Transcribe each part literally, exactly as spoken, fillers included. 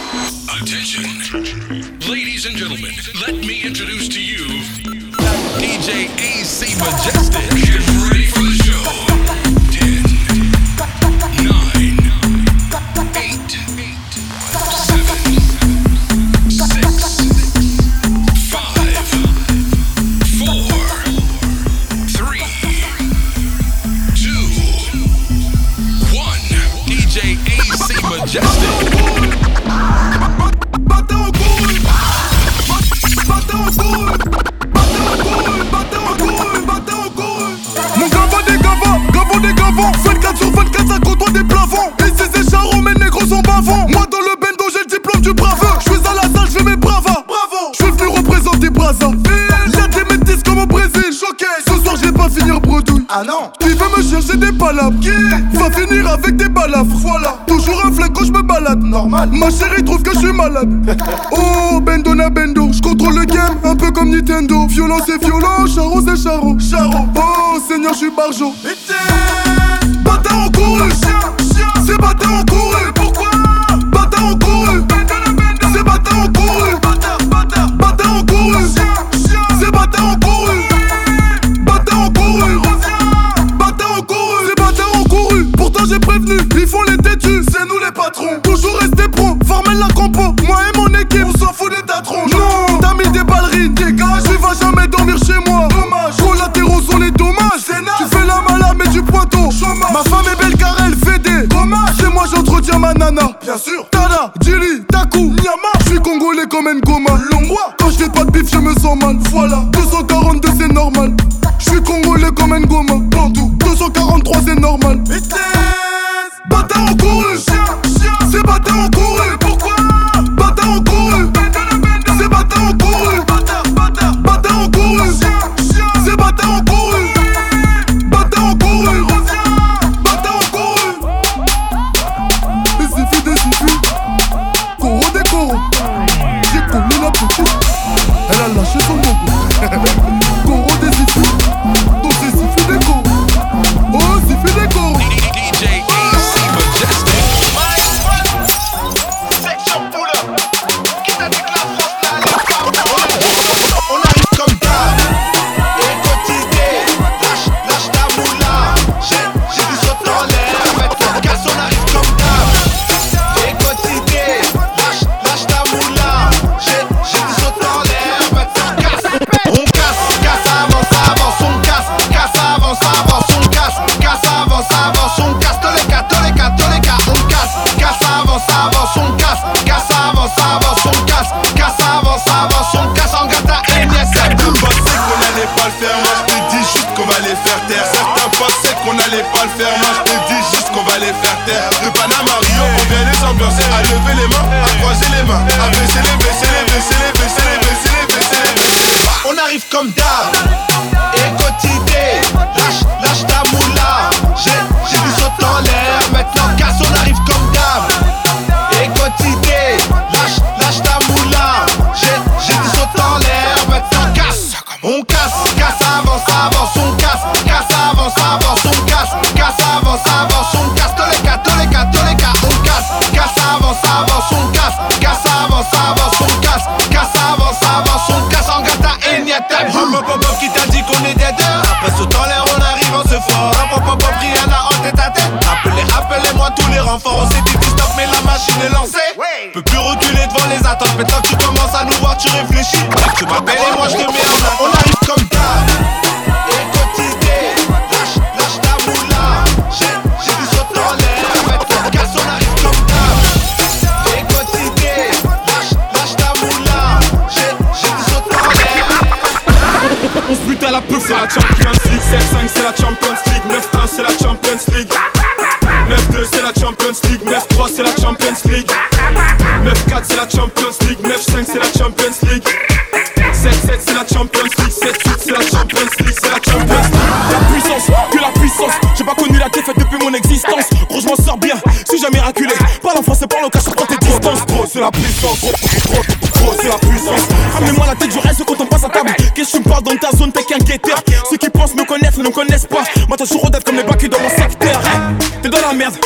Attention. Ladies and gentlemen, let me introduce to you D J A C Majestic. Get ready for the show. ten, nine, eight, seven, six, five, four, three, two, one. D J A C Majestic. vingt-quatre sur vingt-quatre, ça côtoie des plafonds. Ici c'est Charo, mes négros sont bavants. Moi dans le bendo, j'ai le diplôme du braveur. Je suis à la salle, je fais mes bravas. Bravo, je suis venu représenter Brazza. Y'a des métis comme au Brésil. Choqué, ce soir je vais pas finir bredouille. Ah non, qui veut me chercher des palabres? Qui va finir avec des balafres? Voilà, toujours un flingue quand je me balade. Normal, ma chérie trouve que je suis malade. Oh, bendo na bendo, je contrôle le game, un peu comme Nintendo. Violent c'est violent, Charo c'est Charo. Charo, oh Seigneur, je suis barjo. Bâtard en couru, c'est bâtard en couru. Pourquoi? Bâtard en couru, c'est bâtard en couru. Bâtard en couru, c'est bâtard en couru. Bâtard en couru, bâtard en couru, c'est bâtard en couru. Pourtant j'ai prévenu, ils font les têtus, c'est nous les patrons. Toujours rester pro, formel la compo. Moi et mon équipe, on s'en fout des tatrons. Non, t'as mis des ballerines, dégage, tu vas jamais dormir chez moi. Dommage, collatéraux sont les dommages. Tu fais la malade mais du pointeau. Ma femme est belle car elle fait des dommages. Chez moi j'entretiens ma nana. Bien sûr. Tada, Djili, Taku, Nyama. Je suis congolais comme Ngoma. Longwa. Quand je fais pas de bif je me sens mal. Voilà, deux cent quarante-deux c'est normal. Je suis congolais comme Ngoma. Bantou, deux cent quarante-trois c'est normal. Bâtard en couru, c'est bâtard en couru. Pourquoi? Bâtard en couru, c'est bâtard en couru. Bâtard en couru, c'est bâtard en couru. Bâtard en couru, bâtard en couru. Des ifus, des ifus, coro des coros. J'ai connu la petite, elle a lâché son logo. Coro des ifus, donc des ifus des coros. Oh, ifus des coros. D J A C Majestic. Section pull-up. Qui t'a dit que la France là, on arrive comme d'hab. Et quotidien, lâche, lâche ta moula. J'ai, j'ai du saut en l'air. Maintenant casse, on arrive comme d'hab. Et quotidien, lâche, lâche ta moula. J'ai, j'ai du saut en l'air. Maintenant casse. On casse, casse, avance, avance. On casse, casse, avance, avance. On casse, casse, avance, avance. On casse, tous les cas, tous les cas, tous les cas. On casse, casse, avance, avance. On casse, casse, avance, avance. On casse, casse, avance, avance. On casse en gata et niette. Certains pensaient qu'on allait pas le faire, moi je te dis juste qu'on va les faire taire. Certains pensaient qu'on allait pas le faire, moi je te dis juste qu'on va les faire taire. De Panama à Rio, on vient les ambiancer, à lever les mains, à croiser les mains, à baisser les, baisser les, baisser les, baisser les, baisser les, baisser les, baisser les. On arrive comme d'hab. Et quotidien, lâche, lâche ta moula. J'ai, j'ai du saut en l'air. Maintenant casse, on arrive comme d'hab. Et quotidien, lâche, lâche ta moula. J'ai, j'ai du saut en l'air. Maintenant casse. On casse, casse, avance, avance. On casse, casse, avance, avance. On casse, casse, avance, avance. On casse tous les cas, tous les cas, tous les cas. On casse, casse, avance, avance. On casse, casse, avance, avance. On casse, casse, avance, avance. On casse en gata et niette. Hop hop hop hop, qui t'a dit qu'on est des deux? Après saut en l'air, on arrive, on se fort. Hop hop hop hop, Rihanna en tête à tête. Appelez, appelez-moi tous les renforts. On s'est dit stop, mais la machine est lancée. Peux plus reculer devant les attentes. Maintenant que tu commences à nous voir, tu réfléchis. Tu m'appelles et moi je te mets en attente. On arrive comme d'hab. Et quotidien, lâche, lâche ta moula. J'ai, j'ai du saut en l'air. Maintenant casse, on arrive comme d'hab. Et quotidien, lâche, lâche ta moula. J'ai, j'ai du saut en l'air. On se bute à la peuf, c'est la Champions League. sept cinq c'est la Champions League. neuf un c'est la Champions League. neuf deux c'est la Champions League. neuf trois c'est la Champions League. neuf quatre c'est la Champions League. neuf cinq c'est la Champions League. sept sept c'est la Champions League. sept huit c'est la Champions League. C'est la Champions League. La puissance, que la puissance. J'ai pas connu la défaite depuis mon existence. Gros, je m'en sors bien, suis jamais miraculé. Parle en français, parle au cas, je prends tes distances. Gros, c'est la puissance. Gros, gros, gros, c'est la puissance. Ramène-moi la tête, je reste quand on passe à table. Qu'est-ce que tu me parles dans ta zone, t'es qu'un guetteur. Ceux qui pensent me connaître ne me connaissent pas. Moi, t'as toujours d'être comme les bacs dans mon secteur. T'es dans la merde.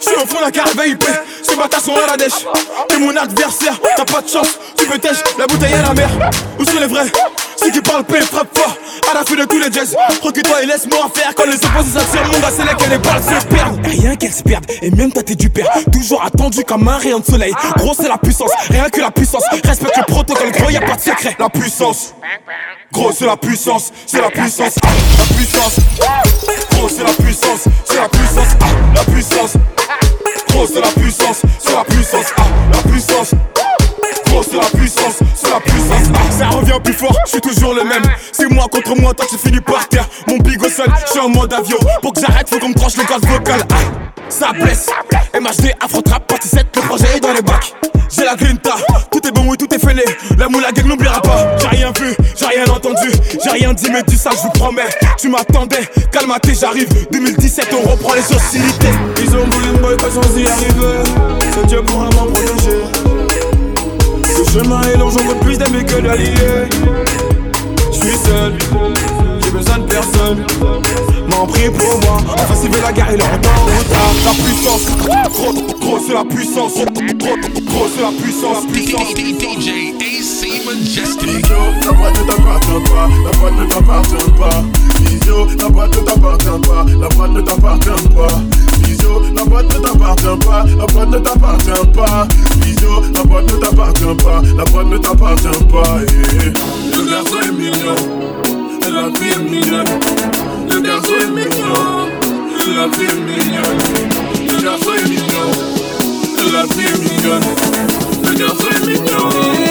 J'suis au fond d'un carré V I P, ces bâtards sont à la dèche. T'es mon adversaire, t'as pas de chance, tu peux tèche, la bouteille à la mer. Où sont les vrais? Ceux qui parlent paix, frappe fort, à la fin de tous les jazz. Recule-toi et laisse-moi faire. Quand les opposés s'attirent, mon gars, c'est là que les balles se perdent. Et rien qu'elles se perdent, et même toi t'es du père. Toujours attendu comme un rayon de soleil. Gros, c'est la puissance, rien que la puissance. Respecte le protocole, gros, y'a pas de secret. La puissance, gros, c'est la puissance, c'est la puissance. Ah, la puissance, gros, c'est la puissance, c'est la puissance. Ah, la puissance, gros, c'est la puissance, c'est la puissance. Ah, la puissance. C'est la puissance, c'est la puissance. Ah, ça revient plus fort, je suis toujours le même. C'est moi contre moi, toi tu finis par terre. Mon big au sol, je suis en mode avion. Pour que j'arrête, faut qu'on me tranche le gaz vocal. Ah, ça blesse. M H D, Afro Trap, partie sept, le projet est dans les bacs. J'ai la grinta, tout est bon, oui, tout est fêlé. La moula gang n'oubliera pas. J'ai rien vu, j'ai rien entendu, j'ai rien dit, mais dis ça, je vous promets. Tu m'attendais, calme-toi, j'arrive. deux mille dix-sept, on reprend les hostilités. Ils ont voulu me boycotter sans y arriver. C'est Dieu pourra m'en protéger. Le chemin est long, j'en compte plus d'amis que d'alliés. J'suis seul, j'ai besoin de personne. M'en prie pour moi, enfin s'il veut la guerre, il est en temps retard. La puissance, gros, gros c'est la puissance. Gros, gros c'est la puissance, puissance. D J A C Majestic. Bisous, la boîte ne t'appartient pas, la boîte ne t'appartient pas. Bisous, la boîte ne t'appartient pas, la boîte ne t'appartient pas. Bisous, la boîte ne t'appartient pas, la boîte ne t'appartient pas. Bisous, la boîte ne t'appartient pas, la boîte ne t'appartient pas. Le garçon est mignon, la vie est mignonne. Le garçon est mignon, la vie est mignonne. Le garçon est mignon, la vie est mignonne. Le garçon est mignon.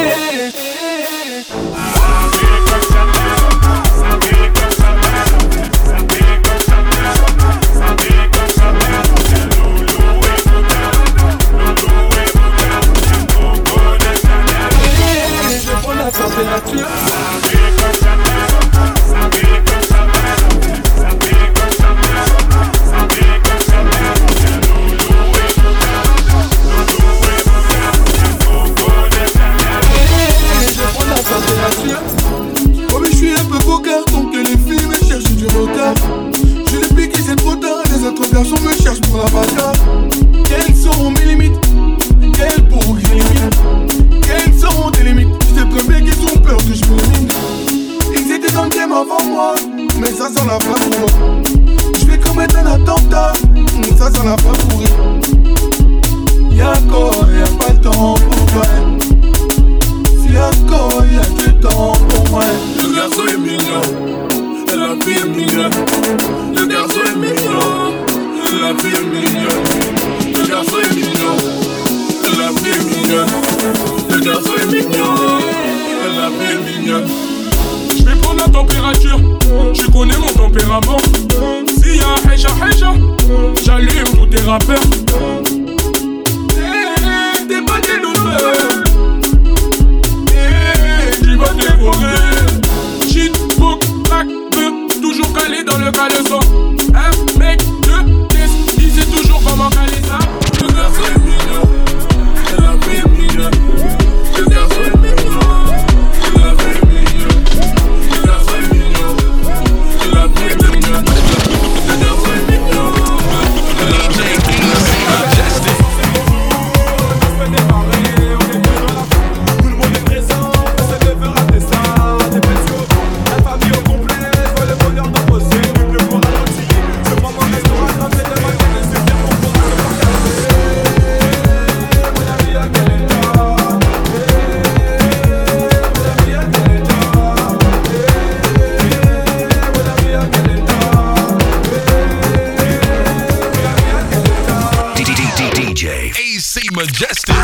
Majestic.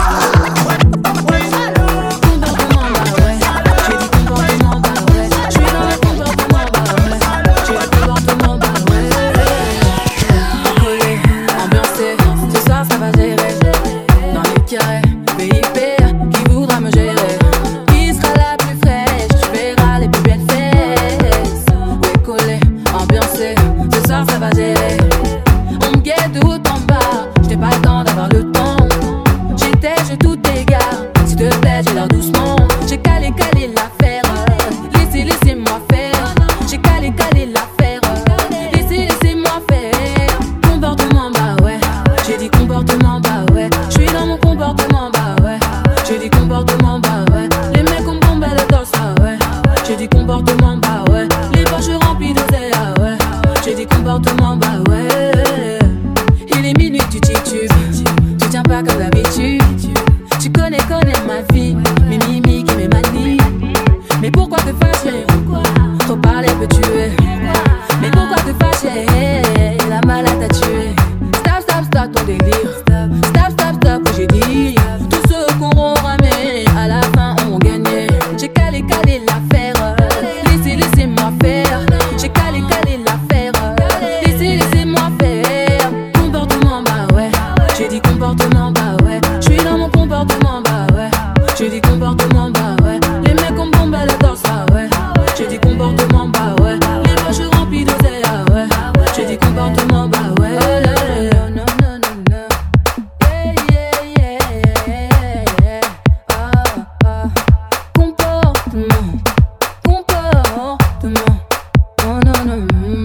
Comportement connais, connais ma vie. Mimi qui me manie. Mais pourquoi te fâcher? Trop parler peut tuer. Mais pourquoi te fâcher? La malade t'a tué. Stop, stop, stop ton délire. Stop, stop, stop, j'ai dit. Tous ceux qu'on aura ramé, à la fin on gagné. J'ai calé, calé l'affaire. Laissez, laissez-moi faire. J'ai calé, calé l'affaire. Laissez, laissez-moi faire. Comportement, bah ouais. J'ai dit comportement, bah ouais. J'suis dans mon comportement, bah ouais. J'ai dit comportement, bah ouais. Les mecs comme bombe à la danse, ah ouais. J'ai dit comportement, bah ouais. Les poches remplies d'oseille, ah ouais. J'ai dit comportement, bah ouais. Non, non, non, non. Yeah, yeah, yeah. Ah, ah. Comportement. Comportement. Non, non, non.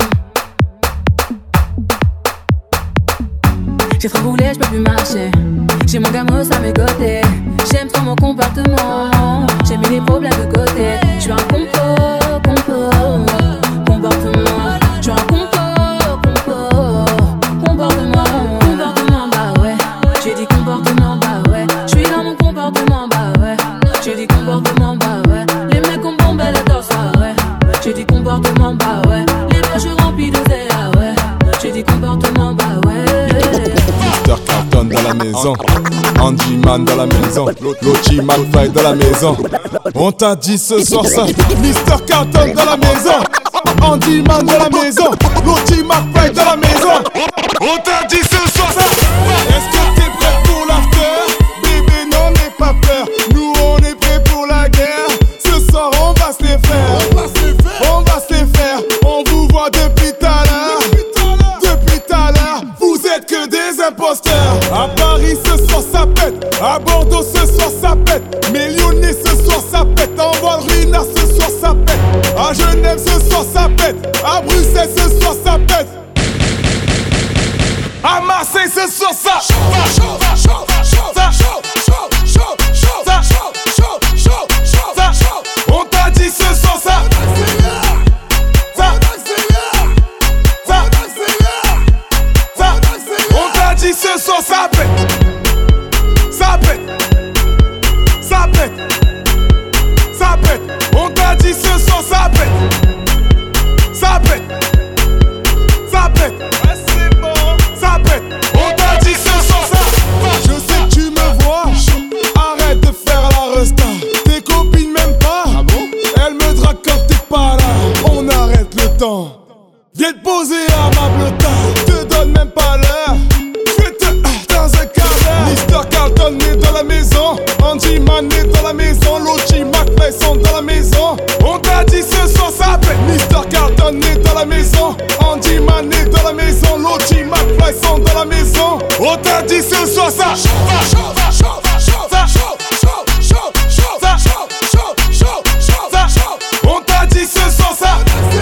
J'ai trop roulé, j'peux plus marcher. J'ai mon gamin, ça m'est côté. J'aime trop mon comportement. J'ai mis les problèmes de côté. J'suis un compo, compo, comportement. J'suis un compo, compo, comportement. Comportement, bah ouais. J'ai dit comportement, bah ouais. J'suis dans mon comportement, bah ouais. J'ai dit comportement, bah ouais. Les mecs comme bombe à la danse, ah ouais. J'ai dit comportement, bah ouais. Les poches remplies d'oseille, ah ouais. J'ai dit comportement, bah ouais. mister Carlton dans la maison, Andy Man dans la maison, Lochi McFly dans la maison. On t'a dit ce soir ça, mister Carlton dans la maison, Andy Man dans la maison, Lochi McFly dans la maison. On t'a dit ce soir ça. Est-ce que t'es prêt pour l'after? Bébé non n'aie pas peur, nous on est prêt pour la guerre. Ce soir on va se les faire, on va se les faire, on va se les faire. On vous voit depuis tout à l'heure, depuis tout à l'heure. Vous êtes que des imposteurs. À Paris ce soir ça pète, à Bordeaux ce soir ça pète, Millionné ce soir ça pète, en Val-Ruina ce soir ça pète, à Genève ce soir ça pète, à Bruxelles ce soir ça pète, à Marseille ce soir ça chaud, chaud, chaud, chaud, ça chaud, chaud, chaud, chaud, ça chaud, chaud, chaud, chaud, ça chaud. On t'a dit ce soir ça. Ce soir ça pète, ça pète, ça pète, ça pète. On t'a dit ce soir ça pète, ça pète, ça pète. Ouais, c'est bon, ça pète. On t'a dit ce soir ça. Je sais que tu me vois, arrête de faire la resta. Tes copines m'aiment pas, ah bon? Elles me draguent quand t'es pas là. On arrête le temps. Viens te poser à ma blota, te donne même pas l'heure. mister Carlton est dans la maison, Andy Man est dans la maison, Lochi McFly sont dans la maison. On t'a dit ce soir ça pète. mister Carlton est dans la maison, Andy Man est dans la maison, Lochi McFly sont dans la maison. On t'a dit ce soir ça. Chaud, chaud, chaud, chaud, ça chaud, chaud, chaud, chaud, ça chaud, chaud, chaud, chaud, ça chaud. On t'a dit ce soir ça.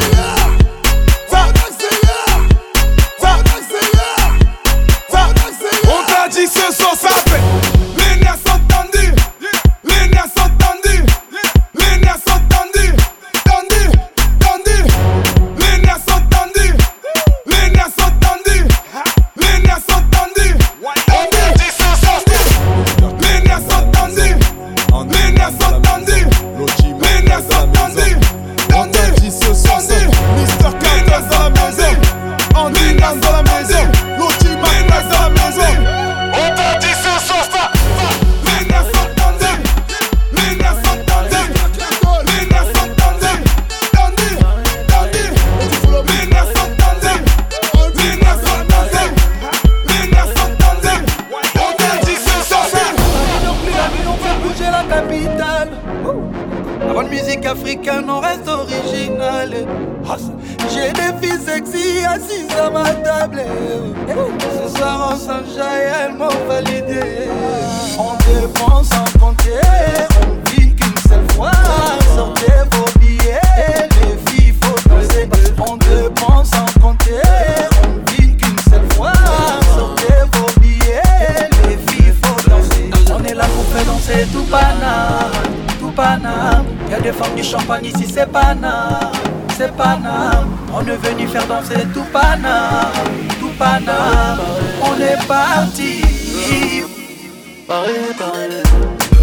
On t'a dit ce soir ça pète. Les nerfs sont tendus, les nerfs sont tendus, les nerfs sont tendus, tendus, tendus. Les nerfs sont tendus, les nerfs sont tendus, les nerfs sont tendus. On t'a dit ce soir ça. Les nerfs sont tendus, les nerfs sont tendus, les nerfs sont tendus, tendus, tendus. mister Carlton dans la maison, Andy Man dans la maison, Lochi McFly dans la maison. On t'a dit ce soir ça. Les nerfs sont tendus, les nerfs sont tendus, les nerfs sont tendus, tendus, tendus. Les nerfs sont tendus, les nerfs sont tendus, les nerfs sont tendus. On t'a dit ce soir ça. Donc plus la ville, on fait bouger la capitale. La bonne musique africaine, on reste original. J'ai des filles sexy assises à ma table. Ce soir on s'enjaille, elles m'ont validé. On dépense sans compter, on vit qu'une seule fois. Sortez vos billets, les filles faut danser. On dépense sans compter, on vit qu'une seule fois. Sortez vos billets, les filles faut danser. On est là pour faire danser tout Paname, tout Paname. Y'a des femmes du champagne ici, c'est Paname. C'est Paname, on est venu faire danser tout Paname, tout Paname, on est parti. Paris, Paris.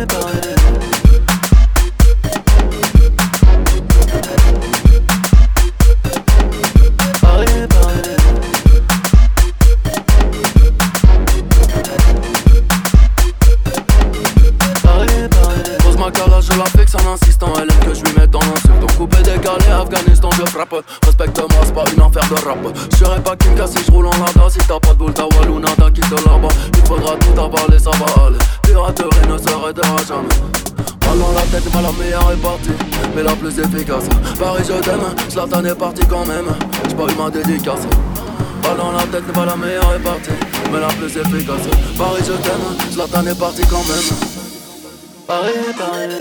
Respecte-moi, c'est pas une affaire de rap. Je serai pas Kinka si je roule en lada. Si t'as pas de boule, ta Wallouna, t'as quitté là-bas. Il faudra tout avaler, ça va aller. Piraterie ne s'arrêtera jamais. Mal dans la tête, pas la meilleure est partie, mais la plus efficace. Paris, je t'aime, Zlatan est parti quand même. J'ai pas eu ma dédicace. Mal dans la tête, pas la meilleure est partie, mais la plus efficace. Paris, je t'aime, Zlatan est parti quand même. Paris, Paris.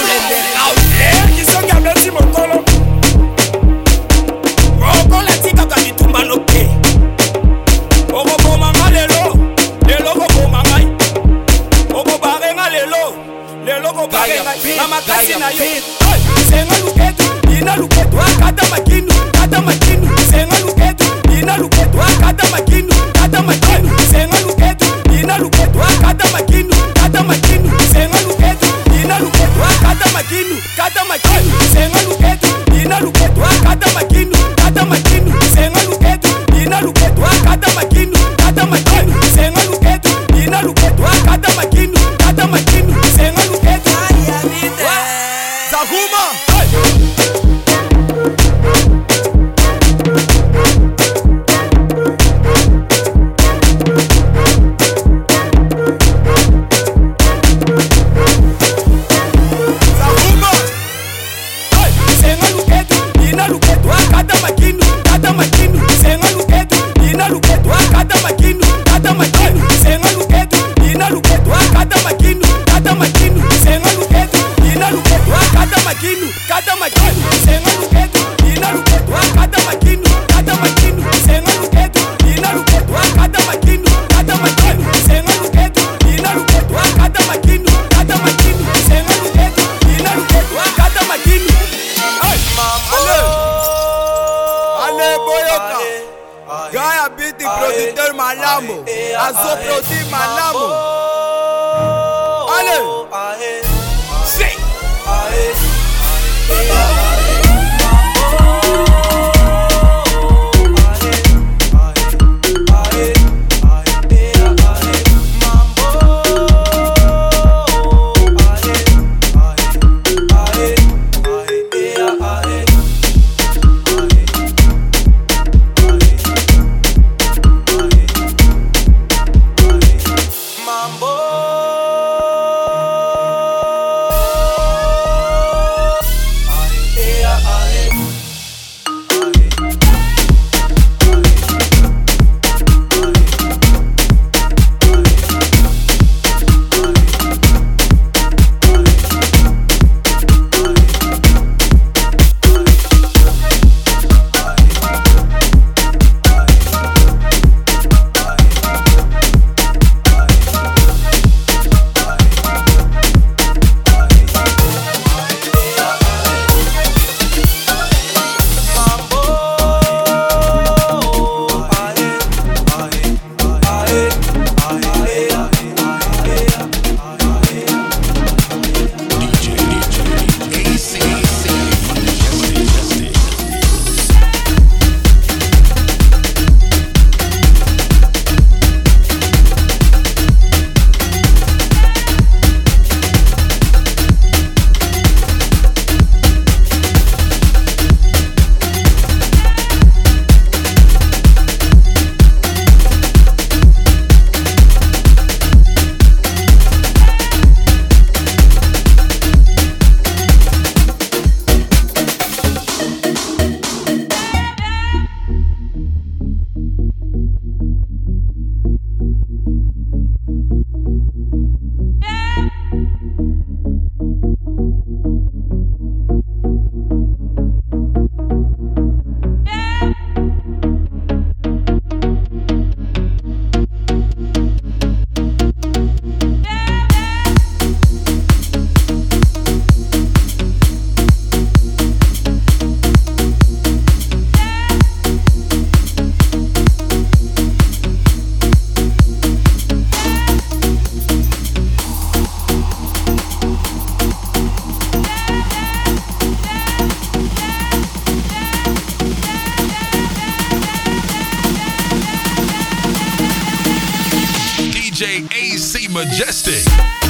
D J A C Majestic.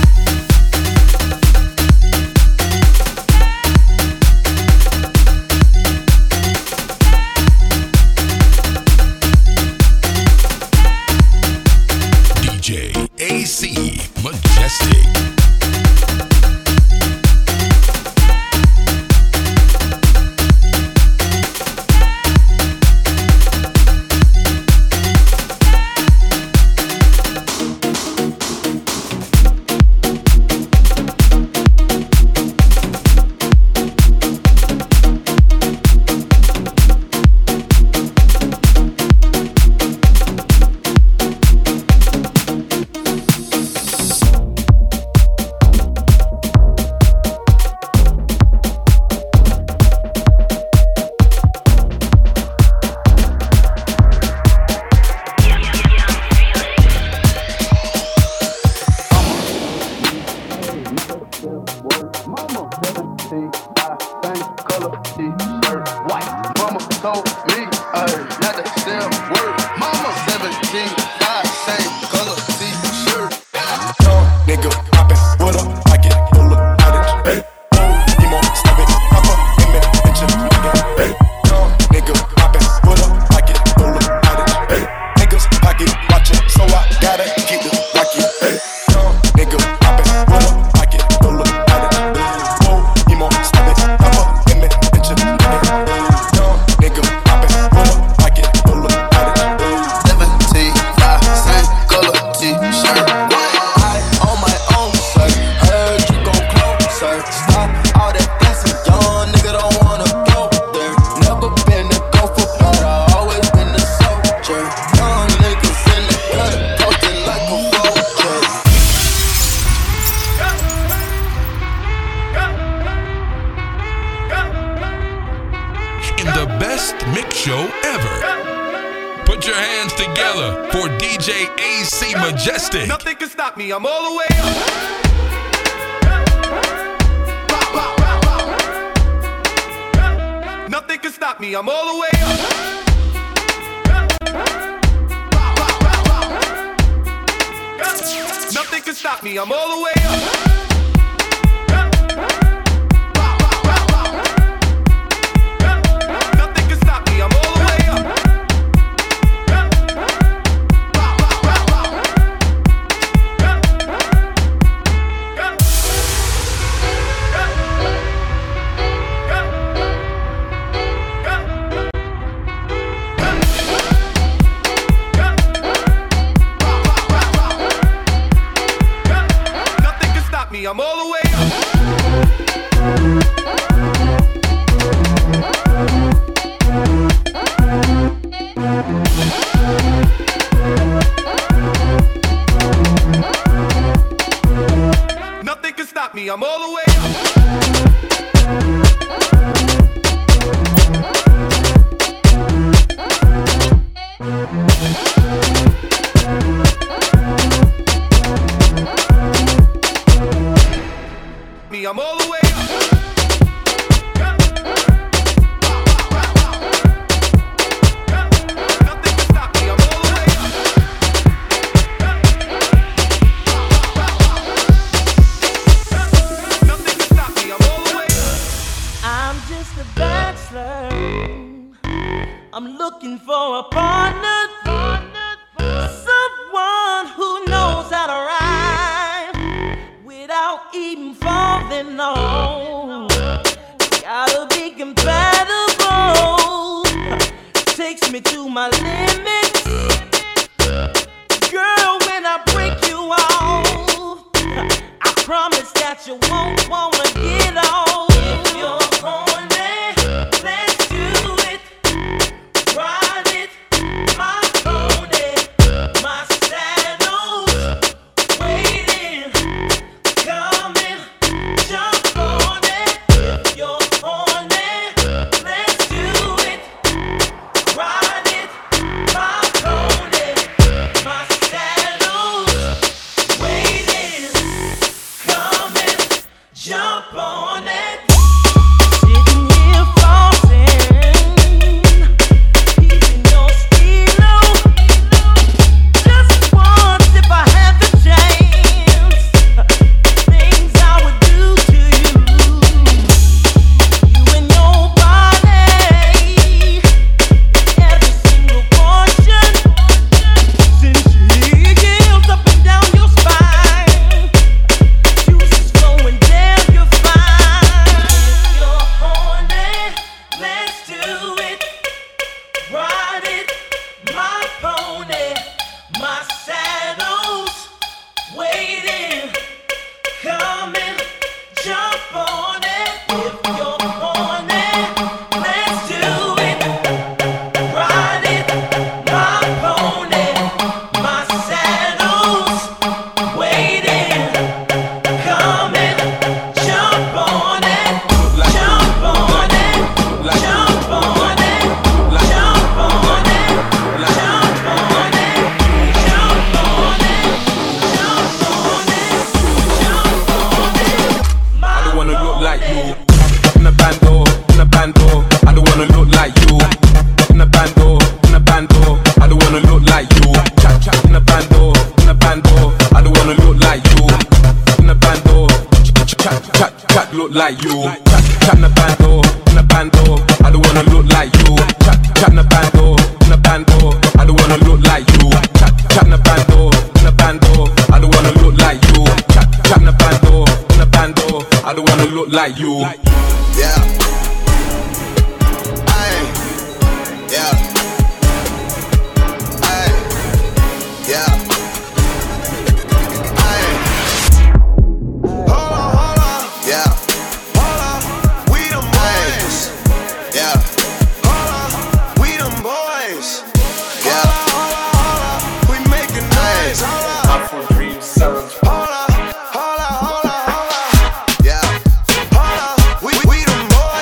D J A C Majestic. show ever. Put your hands together for D J A C Majestic. Nothing can stop me, I'm all the way up. Nothing can stop me, I'm all the way up. Nothing can stop me, I'm all the way up. Nothing can stop me, I'm all the way up. I'm all the way up. Nothing can stop me, I'm all the way up. I'm all the way up. Nothing can stop me, I'm all the way up. Nothing can stop me, I'm all the way up. I'm just a bachelor. I'm looking for a partner, someone who knows how to ride without even falling on. Gotta be compatible. Takes me to my limits. Girl, when I break you off, I promise that you won't wanna get off. If you're horny, let's do it. Ride it, my pony, my saddle's waiting. Coming, jump on it. If you're horny, let's do it. Ride it, my pony, my saddle's waiting. Coming, jump on it. Sitting here flossing, keeping your stilo. Just once, if I had the chance, things I would do to you. You and your body, every single portion. Since your heels up and down your spine, juices flowing down your spine. If you're horny, let's do it. Ride it, my pony, my saddle's waiting. Coming, jump on it. If you're horny, let's do it. Ride it, my pony, my saddle's waiting. Coming, jump on it. Jump on it. Jump on it. Jump on it. Jump on it. Jump on it. Jump on it. Jump on it. I don't wanna look like you in a bando, in a bando. I don't wanna look like you in a bando, in a bando. I don't wanna look like you. Chat chat in a bando, in a bando. I don't wanna look like you in a bando. Chat chat chat chat look like you. Chat chat in a bando, in a bando. I don't wanna look like you. Chat chat in a bando, in a bando. I don't wanna look like you. Chat chat in a bando, in a bando. I don't wanna look like you. Chat chat in a bando, in a bando. I don't wanna look like you. Yeah. Aye. Yeah. Aye. Yeah. Aye. Hold on, hold on. Yeah. Hold on. We them boys. Yeah. Hold on. We them boys. Yeah. Hold on, hold on. We making noise. Hold on. Hold on. Hold on, hold on, hold on. Yeah. Hold on. We, we them boys.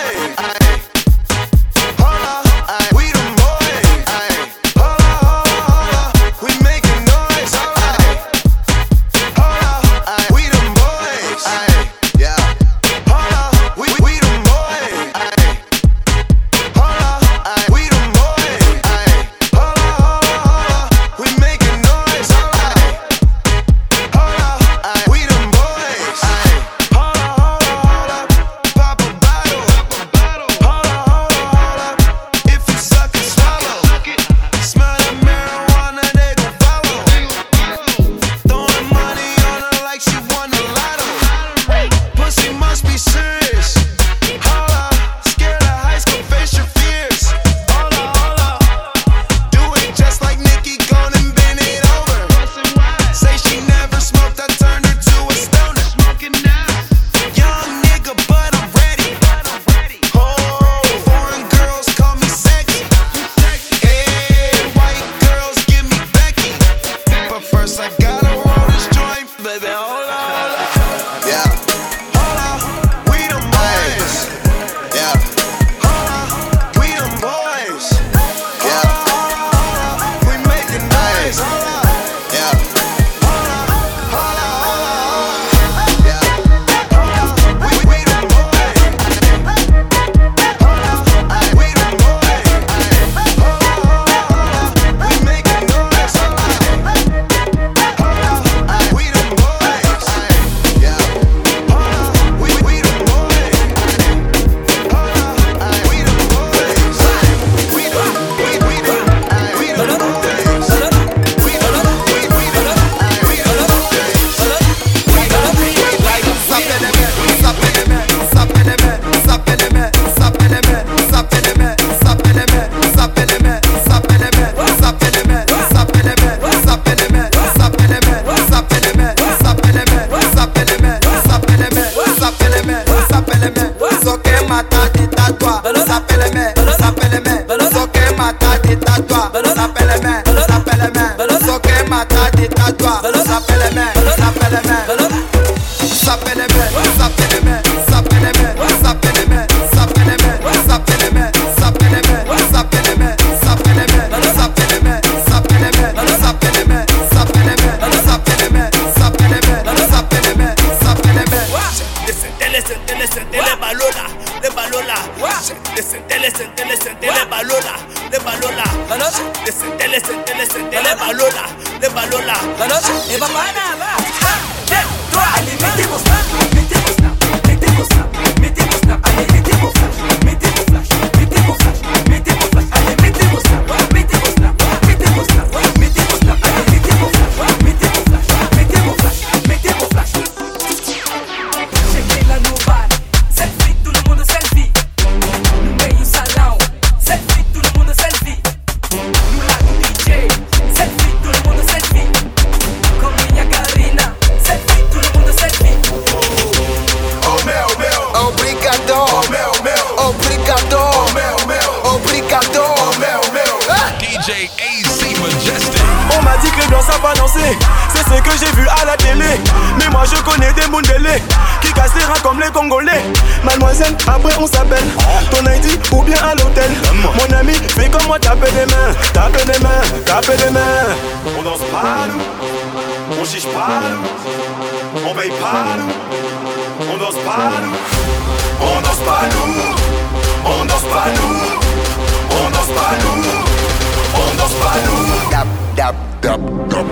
Sapez les mains, sapez les mains, sapez les mains, sapez les mains, sapez les mains, sapez les mains, sapez les mains, sapez les mains, sapez les mains, sapez les mains, sapez les mains, sapez les mains, sapez les mains, sapez les mains, sapez les mains, sapez les mains, sapez les mains. Descendez, descendez, descendez les ballons là, les ballons là. Descendez, descendez, descendez les ballons là, les ballons là. Descendez, descendez, descendez les ballons là, les ballons là. Et va pas là. Toi, allez, mettez vos snaps, mettez vos snaps, mettez vos snaps, mettez vos snaps, allez, mettez vos flashs, mettez vos flashs, mettez vos flashs, mettez vos flashs, allez, mettez vos snaps, mettez vos snaps, mettez vos snaps, mettez vos snaps, allez, mettez vos flashs, mettez vos flashs, mettez vos flashs, mettez vos flashs. Checkez la nouvelle, selfie, tout le monde selfie. Nous meillons salon, selfie, tout le monde selfie. Nous la D J, selfie, tout le monde selfie. Comme Niagarina, selfie, tout le monde selfie. Oh meu, meu, obrigado, oh meu, meu, obrigado, oh meu, meu, obrigado, oh meu, meu. D J A C Majestic. On m'a dit que dans ça va danser, c'est ce que j'ai vu à la télé. Mais moi je connais des Mundélé qui cassent les reins comme les Congolais. Mademoiselle, après on s'appelle ton I D ou bien à l'hôtel. Mon ami, fais comme moi, tapez les mains, tapez les mains, tapez les mains. On danse pas nous, on chiche pas nous, on paye pas nous, on danse pas nous, On danse pas nous, on danse pas nous, on danse pas nous, on danse pas nous. Dap, dap, dap, dap.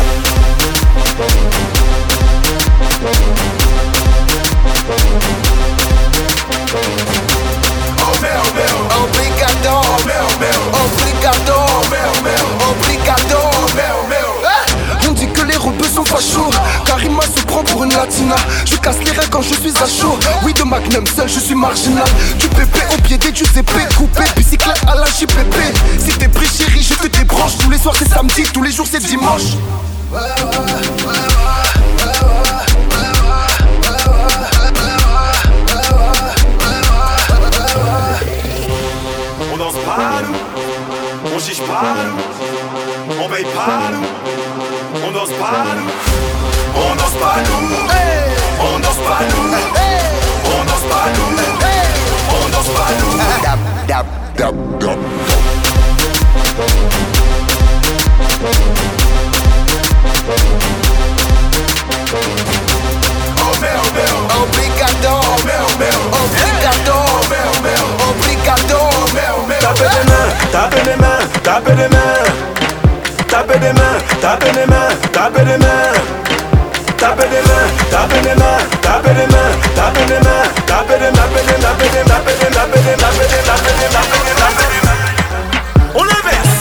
Oh meu, meu, Obrigado, oh meu, meu, obrigado, oh meu, meu, obrigado. oh meu, meu. On dit que les rebeux sont fachos. Karima se prend pour une latina. Je casse les reins quand je suis à chaud. Oui, de Magnum, seul je suis marginal. Du pépé au pied des du C P. Coupé, bicyclette à la J P P. Si t'es pris chérie, je te débranche. Tous les soirs c'est samedi, tous les jours c'est dimanche. on danse pas nous, on chiche pas nous, on paye pas nous, on danse pas nous, On danse pas nous, on danse pas nous, on danse pas nous, on danse pas nous. Dap, dap, dap, dap. Oh meu, meu, Obrigado, oh meu, meu, obrigado, oh meu, meu, obrigado. oh meu, meu. Tapez les mains, tapez les mains, tapez les mains. Tapez les mains, tapez les mains, tapez les mains. Tapez les mains, tapez les mains, tapez les mains, tapez les mains, tapez les mains, tapez les mains, tapez les mains, tapez les mains, tapez les mains, tapez les mains, tapez les mains, tapez les mains. On l'inverse.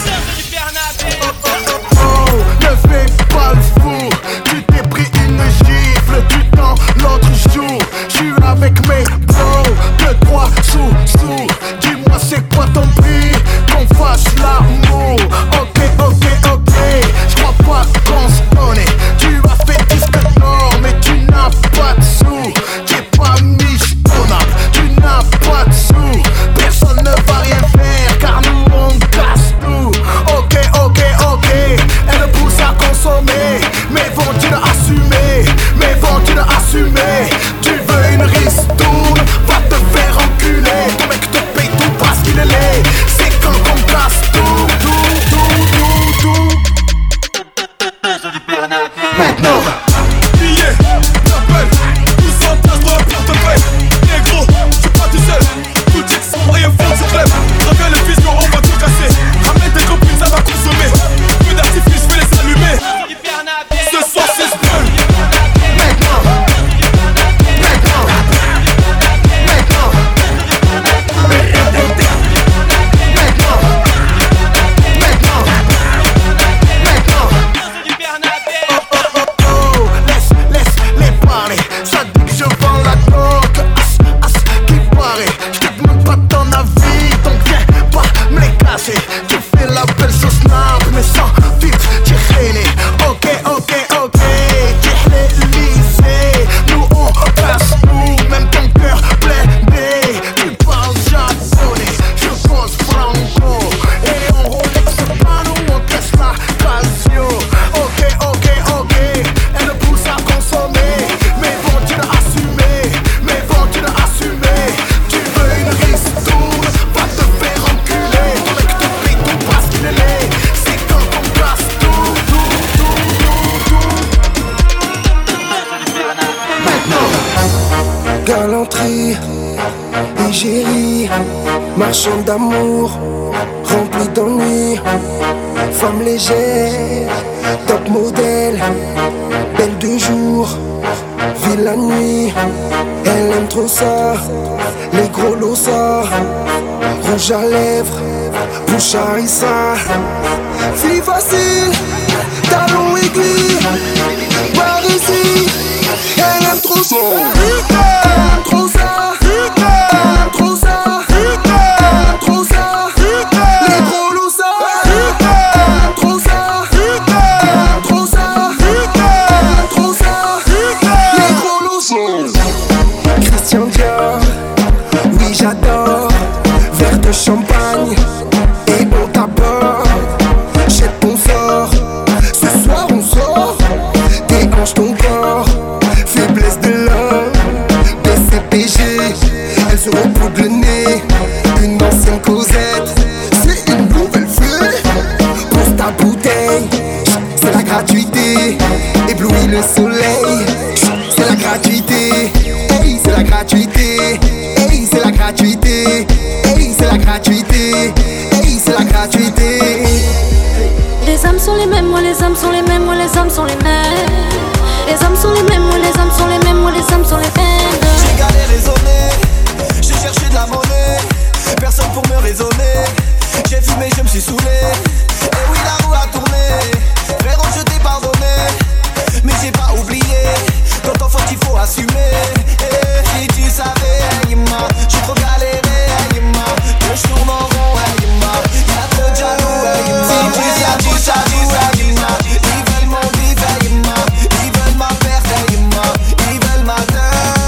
Oh, ne fais pas le fou. Tu t'es pris une gifle du temps l'autre jour. J'suis avec mes bros, deux, trois sous, sous. Dis-moi c'est quoi ton prix, qu'on fasse l'amour. Ok, ok, ok, j'crois pas qu'on se connaît. Tu as fait disque d'or mais tu n'as pas de sous. T'es pas michetonnable, tu n'as Galanterie, égérie, marchand d'amour, rempli d'ennui, femme légère, top modèle, belle de jour, vie la nuit. Elle aime trop ça, les gros losa, rouge à lèvres, bouche à rissa. Fille facile, talon aiguille, par ici. Elle aime trop ça, elle aime trop ça, elle aime trop ça, elle aime trop ça, les gros losa. Elle aime trop ça, elle aime trop ça, elle aime trop ça, les gros losa. Christian Dior, oui j'adore, verre de champagne et on t'aborde. Jette ton fort, ce soir on sort, déhanche ton corps. Faiblesse de l'homme, B C P G, elle se repoudre le nez. Une ancienne Cosette, c'est une nouvelle fée. Pose ta bouteille, c'est la gratuité. Éblouis le soleil, c'est la gratuité. Hey, c'est la gratuité. Hey, c'est la gratuité. Hey, c'est la gratuité. Hey, c'est la gratuité. Les âmes sont les mêmes, moi les âmes sont les mêmes, moi les âmes sont les mêmes. Les âmes sont les mêmes, moi les âmes sont les mêmes, moi les âmes sont les mêmes. J'ai galéré raisonné, j'ai cherché de la monnaie, personne pour me raisonner. J'ai fumé, je me suis saoulé, et oui la roue a tourné. Frérot je t'ai pardonné, mais j'ai pas oublié. Quand on faute il faut assumer. Et si tu savais, Yima, j'ai trop galéré, Yima, que je tourne en rond, Yima, y'a trop de jaloux, Yima. Si tu savais, tu savais, Yima, ils veulent mon bif, Yima, ils veulent ma perte, Yima, ils veulent ma dame.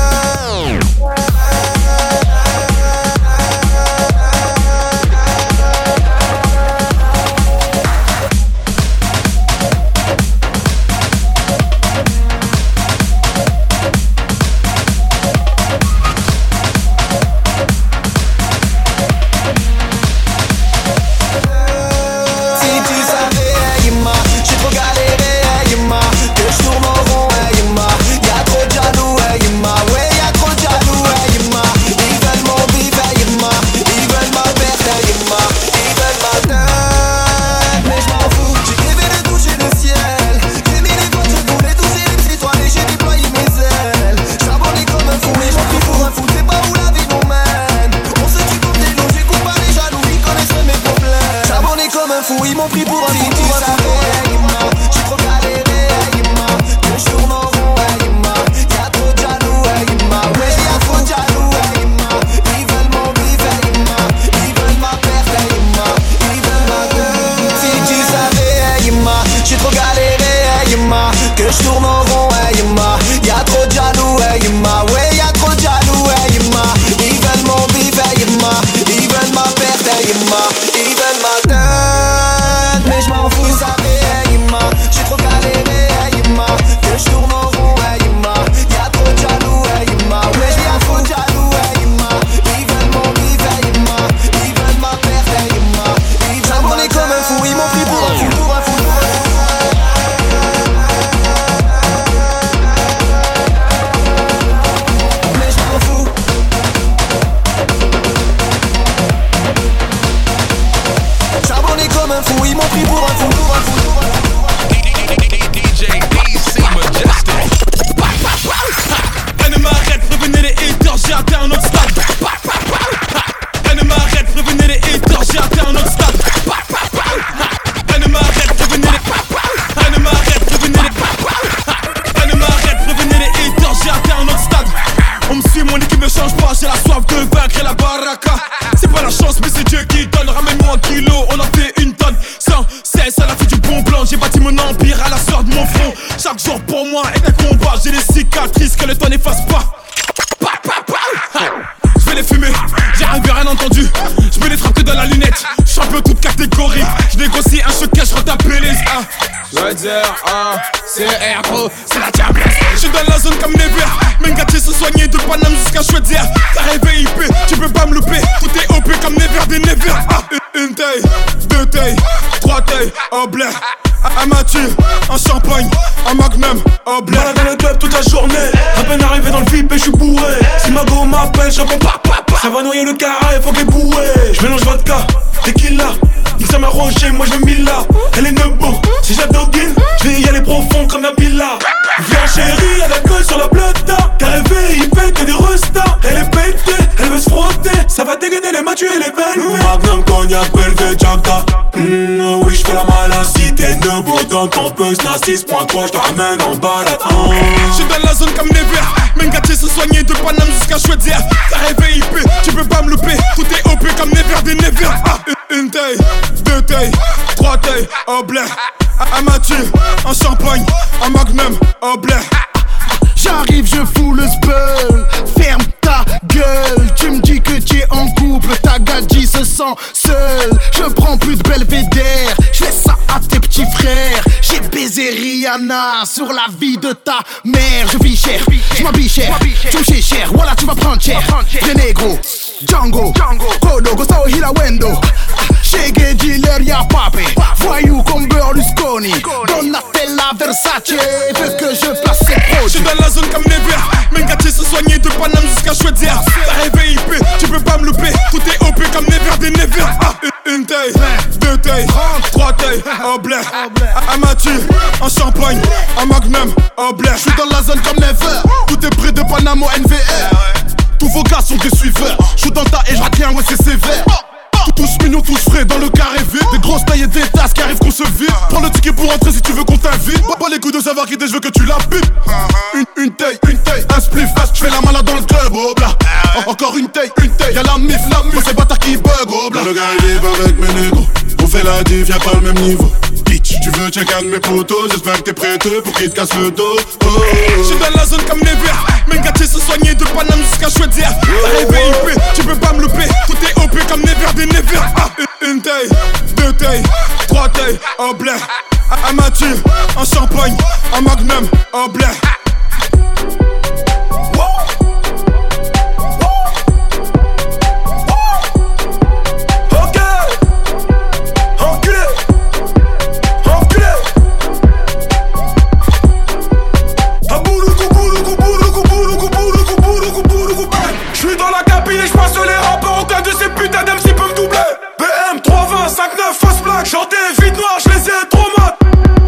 C'est R O, c'est la Champions. Je suis dans la zone comme les verts. Mengati se soigner de Paname jusqu'à Chouette-Zière. T'as rêvé I P, tu peux pas me louper. Tout est O P comme Never des Never. Ah, une taille, deux tailles, trois tailles, au blé. Un Mathieu, un champagne, un magnum, au blé. Malade dans le club toute la journée. À peine arrivé dans le V I P et je suis bourré. m'appelle, je réponds pas, pas, pas. Ça va noyer le carré, faut qu'elle bouée. Je mélange vodka, tequila. Ça m'a roché, moi je me mille là. Elle est nebo, si j'adoguine, je vais y aller profond comme Nabila. Viens chérie, elle a gueule sur la bleuta. Car elle V I P, que des restas. Elle est pétée, elle veut se frotter. Ça va dégainer les matchs et les veines. Magnum, cognac, Belvé, Jacta. Mmh, oui, j'fais la malade. Si t'es debout dans ton buzz, n'a six points quoi, j'te ramène en balade. Oh. J'suis dans la zone comme Never. Même gâté se soigner de Paname jusqu'à Chouette-Zère. Car V I P, tu peux pas me louper. Tout est O P comme Never des Never. Ah, une, une taille, deux tailles, trois tailles, au blé. Un Mathieu, un champagne, un magnum, au blé. J'arrive, je fous le spell. Ferme ta gueule. Tu me dis que tu es en couple, ta gadji se sent seule. Je prends plus de belvédère, je laisse ça à tes petits frères. J'ai baisé Rihanna sur la vie de ta mère. Je vis cher, je m'habille cher, tu me sais cher, voilà tu vas prendre cher. Des négros, Django, Kodo, Gustavo Hilawendo. Shege, dealer, y'a papé. Voyou comme Berlusconi. Donatella, Versace, veut que je place ses produits. J'suis dans la zone comme Never. Même gâté se soigner de Paname jusqu'à Chouette-Zère. T'as V I P, tu peux pas me louper. Tout est O P comme Never des Never. Ah, une, une taille, deux tailles, trois tailles, au blé. Un Mathieu, un champagne, un magnum, au blé. J'suis dans la zone comme Never. Tout est près de Paname au N V R. Tous vos gars sont des suiveurs. J'suis dans ta et j'retiens, ouais c'est sévère. Tous mignons, tous frais dans le carré vide. Des grosses tailles et des tasses qui arrivent qu'on se vide. Prends le ticket pour entrer si tu veux qu'on t'invite. Pas les coups de savoir qui t'es, je veux que tu la pipes. Une, une taille, une taille, un spliff, j'fais la malade dans le club, oh bla. Encore une taille, une taille, y'a la mif, la mif, c'est bâtard qui bug, oh bla. Le gars il est avec mes négros. On fait la div, y'a pas le même niveau. Bitch, tu veux check un de mes potos, j'espère que t'es prêteux pour qu'il te casse le dos. Oh. J'suis dans la zone comme Never. Même gâté se soigner de Paname jusqu'à Chouette-Zère. T'as V I P, tu peux pas me louper. Tout est O P comme Never des Never. Ah, une, une taille, deux tailles, trois tailles, au blé. Un Mathieu, un champagne, un magnum, au blé. J'suis dans la cabine et j'passe les rappeurs. Aucun de ces putains d'M C peut me doubler. B M trois vingt, cinq neuf, fausse blague. Chanter vite noir, j'les ai trop mat.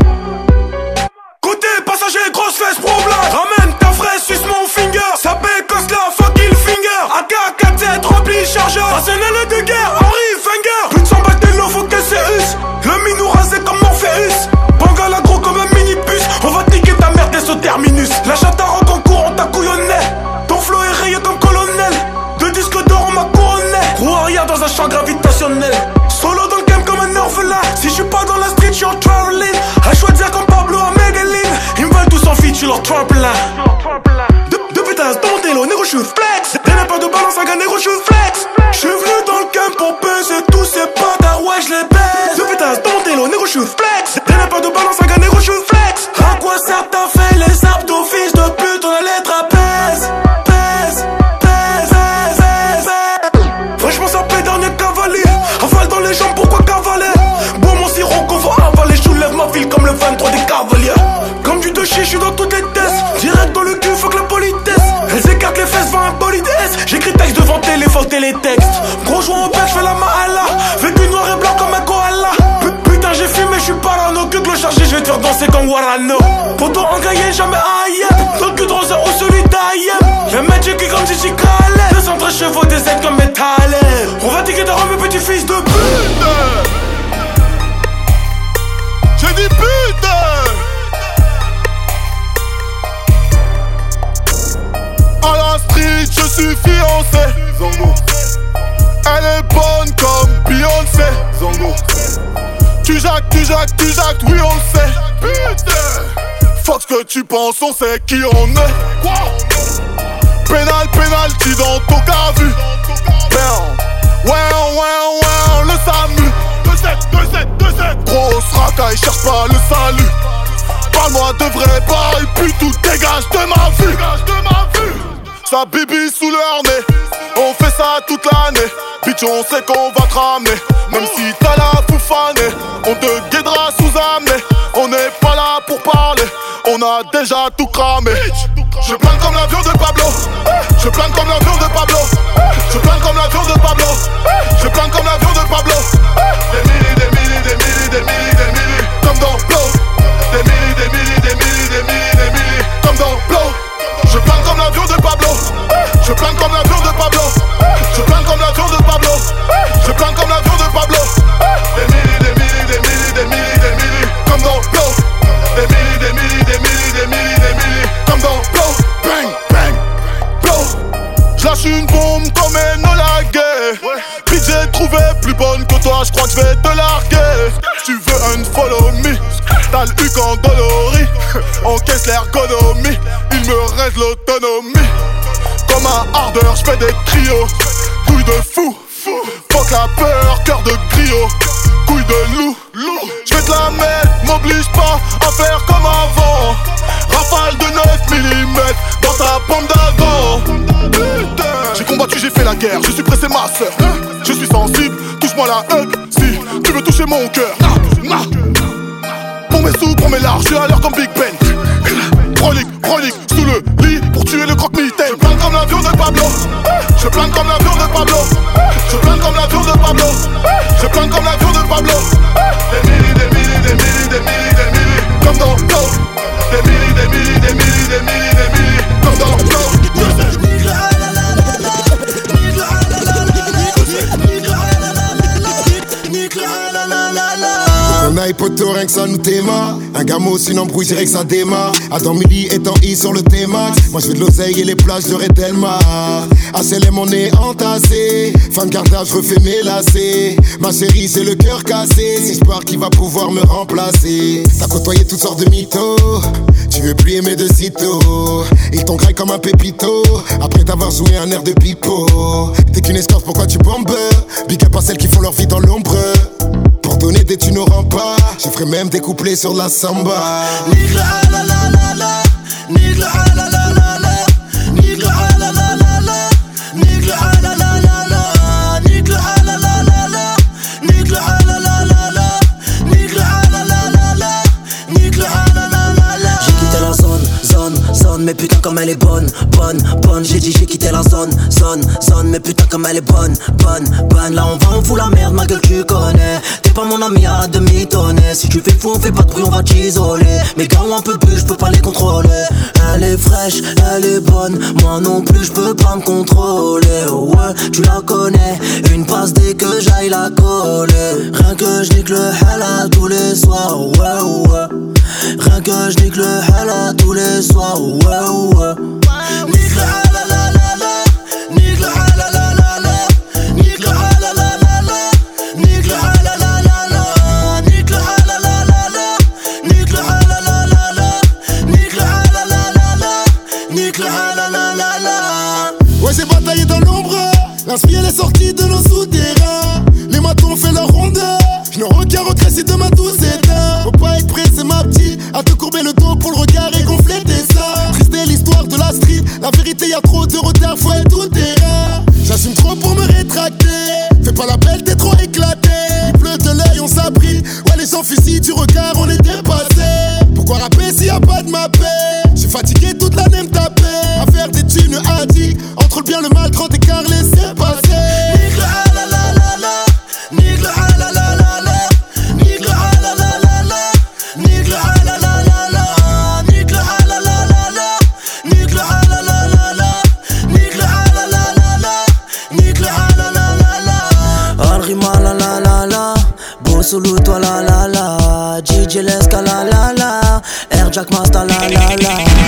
Côté passager, grosse fesse, pro blague. Ramène ta fraise, suce mon finger. Ça bécosse la fucking finger. A K quatre sept rempli chargeur. Arsenal de guerre, Henry Finger. Plus de cent balles de l'eau, faut qu'elle s'éuse. Le minou rasé comme Morpheus. Bangala gros comme un mini-bus. On va niquer ta merde dès ce terminus. La chatte à rock en cours, on t'a couillonné. Ton flow est rayé comme colonel. Deux disques d'or on m'a couronné. Roue arrière dans un champ gravitationnel. Solo dans le game comme un orphelin. Si je suis pas dans la street, je suis en traveling. À choisir comme Pablo à Medellin. Ils me veulent tous en feat, je suis leur trampolin. Deux de pétasses dans tes lots, négro je suis flex. T'as pas de balance, un gars négro je suis flex. Je suis venu dans le game pour baiser tous ces bâtards, ouais je les baise. Deux pétasses dans tes lots, négro je suis flex. T'as pas de balance, un gars négro je suis flex. À quoi ça t'a fait les abdos, fils de pute, on a les trapèzes. Franchement ça paie dernier cavalier. Avale dans les jambes, pourquoi cavaler? Bon mon sirop qu'on va avaler. Je soulève ma ville comme le vingt-trois des cavaliers. Comme du deux chier, je suis dans toutes les tests. Direct dans le cul, faut que la politesse. Elles écartent les fesses, va un bolide S. J'écris texte devant télé, faut les textes. Gros joueur au bec, j'fais la mahala. Vécu noir et blanc comme un koala. Putain j'ai fumé, j'suis parano. Que le chargé, j'vais te faire danser comme Warano. Poto engaillé, jamais aïe. Dans le cul de Rosa ou celui d'Ayem. Y'a Magic qui comme Gigi Khaled. deux cent treize chevaux, des aides comme Metal. On va tiquer dans mes petits fils de pute. J'ai dit pute. À la street, je suis fiancé. Zongo. Elle est bonne comme Beyoncé. Zongo. Tu jacques, tu jacques, tu jacques, oui on le sait. Putain. Fuck ce que tu penses, on sait qui on est. Quoi? Pénal, pénalty dans ton cas vu. Ouais, ouais, ouais, le SAMU. deux sept, deux sept, deux sept. Grosse racaille, cherche pas le salut. Parle-moi de vrai bail, puis tout dégage de ma vue. Dégage de ma vue. Sa bibi sous leur nez. On fait ça toute l'année. Bitch, on sait qu'on va te ramener. Même si t'as la foufanée, on te guidera sous amener. On n'est pas là pour parler, on a déjà tout cramé. Je plane comme l'avion de Pablo. Je plane comme l'avion de Pablo. J'lâche une bombe comme Enola Gay. Bitch, j'ai trouvé plus bonne que toi, j'crois que j'vais te larguer. Tu veux un follow me, t'as le huc en dolorie. Encaisse l'ergonomie, il me reste l'autonomie. Comme un ardeur, j'fais des trios. Couille de fou, fuck la peur, cœur de griot. Couille de loup, j'vais te la mettre, m'oblige pas à faire comme avant. Rafale de neuf millimètres dans ta pomme d'avant. J'ai combattu, j'ai fait la guerre, je suis pressé ma soeur. Je suis sensible, touche-moi la hug si tu veux toucher mon cœur. Pour mes sous, pour mes larges, je suis à l'heure comme Big Ben. Prolique, prolique, sous le lit pour tuer le croque-mitaine. Je plane comme l'avion de Pablo. Je plane comme l'avion de Pablo. Je plane comme l'avion de Pablo. Je plane comme l'avion de Pablo. Des milli, des milli, des milli, des milli, des milli. Comme dans l'eau. Des milli, des milli, des milli, des milli, des milli. Comme dans l'eau. On a poto, rien que ça nous téma. Un gamo, une embrouille, dirait que ça démarre. Adam Midi étant I sur le T-Max. Moi je veux de l'oseille et les plages de Redelma. A C L M on est entassé. Fin de gardage, refais mes lacets. Ma chérie, c'est le cœur cassé. C'est Espoir qui va pouvoir me remplacer. T'as côtoyé toutes sortes de mythos. Tu veux plus aimer de sitôt. Ils t'ont graille comme un pépito. Après t'avoir joué un air de pipeau. T'es qu'une escorte, pourquoi tu bombes? Big up à celles qui font leur vie dans l'ombre. Pour donner des tu n'auras pas. Je ferai même des couplets sur la samba. Nigla la la la la. Nigla la la la la. Nigla la la la la. Nigla la la la la. Nigla la la la la. Nigla la la la la. Nigla la la la la. Nigla la la la la. J'ai quitté la zone, zone, zone. Mais putain comme elle est bonne, bonne, bonne. J'ai dit j'ai quitté la zone, zone, zone. Mais putain comme elle est bonne, bonne, bonne. Là on va, on fout la merde, ma gueule tu connais. T'es pas mon ami à demi-tonner. Si tu fais fou on fait pas de bruit, on va t'isoler. Mais gars on peut plus, je peux pas les contrôler. Elle est fraîche, elle est bonne. Moi non plus je peux pas me contrôler. Ouais, tu la connais. Une passe dès que j'aille la coller. Rien que je nique le halal tous les soirs. Ouais, ouais. Rien que je nique le halal tous les soirs. Ouais, ouais. Nique le halal la la la. Nique le halal la la la. Nique le halal la la la. Nique le halal la la la. Nique le halal la la la. Nique le halal la la la. Nique le halal la la la. Nique le halal la la la. Ouais, j'ai bataillé dans l'ombre. L'inspire elle est sortie de nos souterrains. Les matons ont fait leur rondeur. Je n'ai aucun regret si demain tout s'éteint. Faut pas être pressé ma petite à te courber le dos pour le regard et gonfler tes seins. Triste est l'histoire de la street. La vérité y'a trop de retard, faut être tout terrain. J'assume trop pour me rétracter. Fais pas la belle, t'es trop éclaté. Il pleut de l'œil, on s'abrite. Ouais, les gens fusillent du regard, on est dépassé. Pourquoi rapper s'il y a pas de ma paix? J'ai fatigué toute l'année me taper. À faire des thunes addicts. Entre le bien, le mal, grand écart, laissez passer. Nique le halal la la la. Nique le halal la la la. Nique le halal la la la. Nique le halal la la la. Nique le halal la la la. Nique le halal la la la. Nique le halal la la la. Nique le halal la la la. Alrima la la la la. Bossolo toi la la la. D J Leska la la la. Air Jack Master la la la.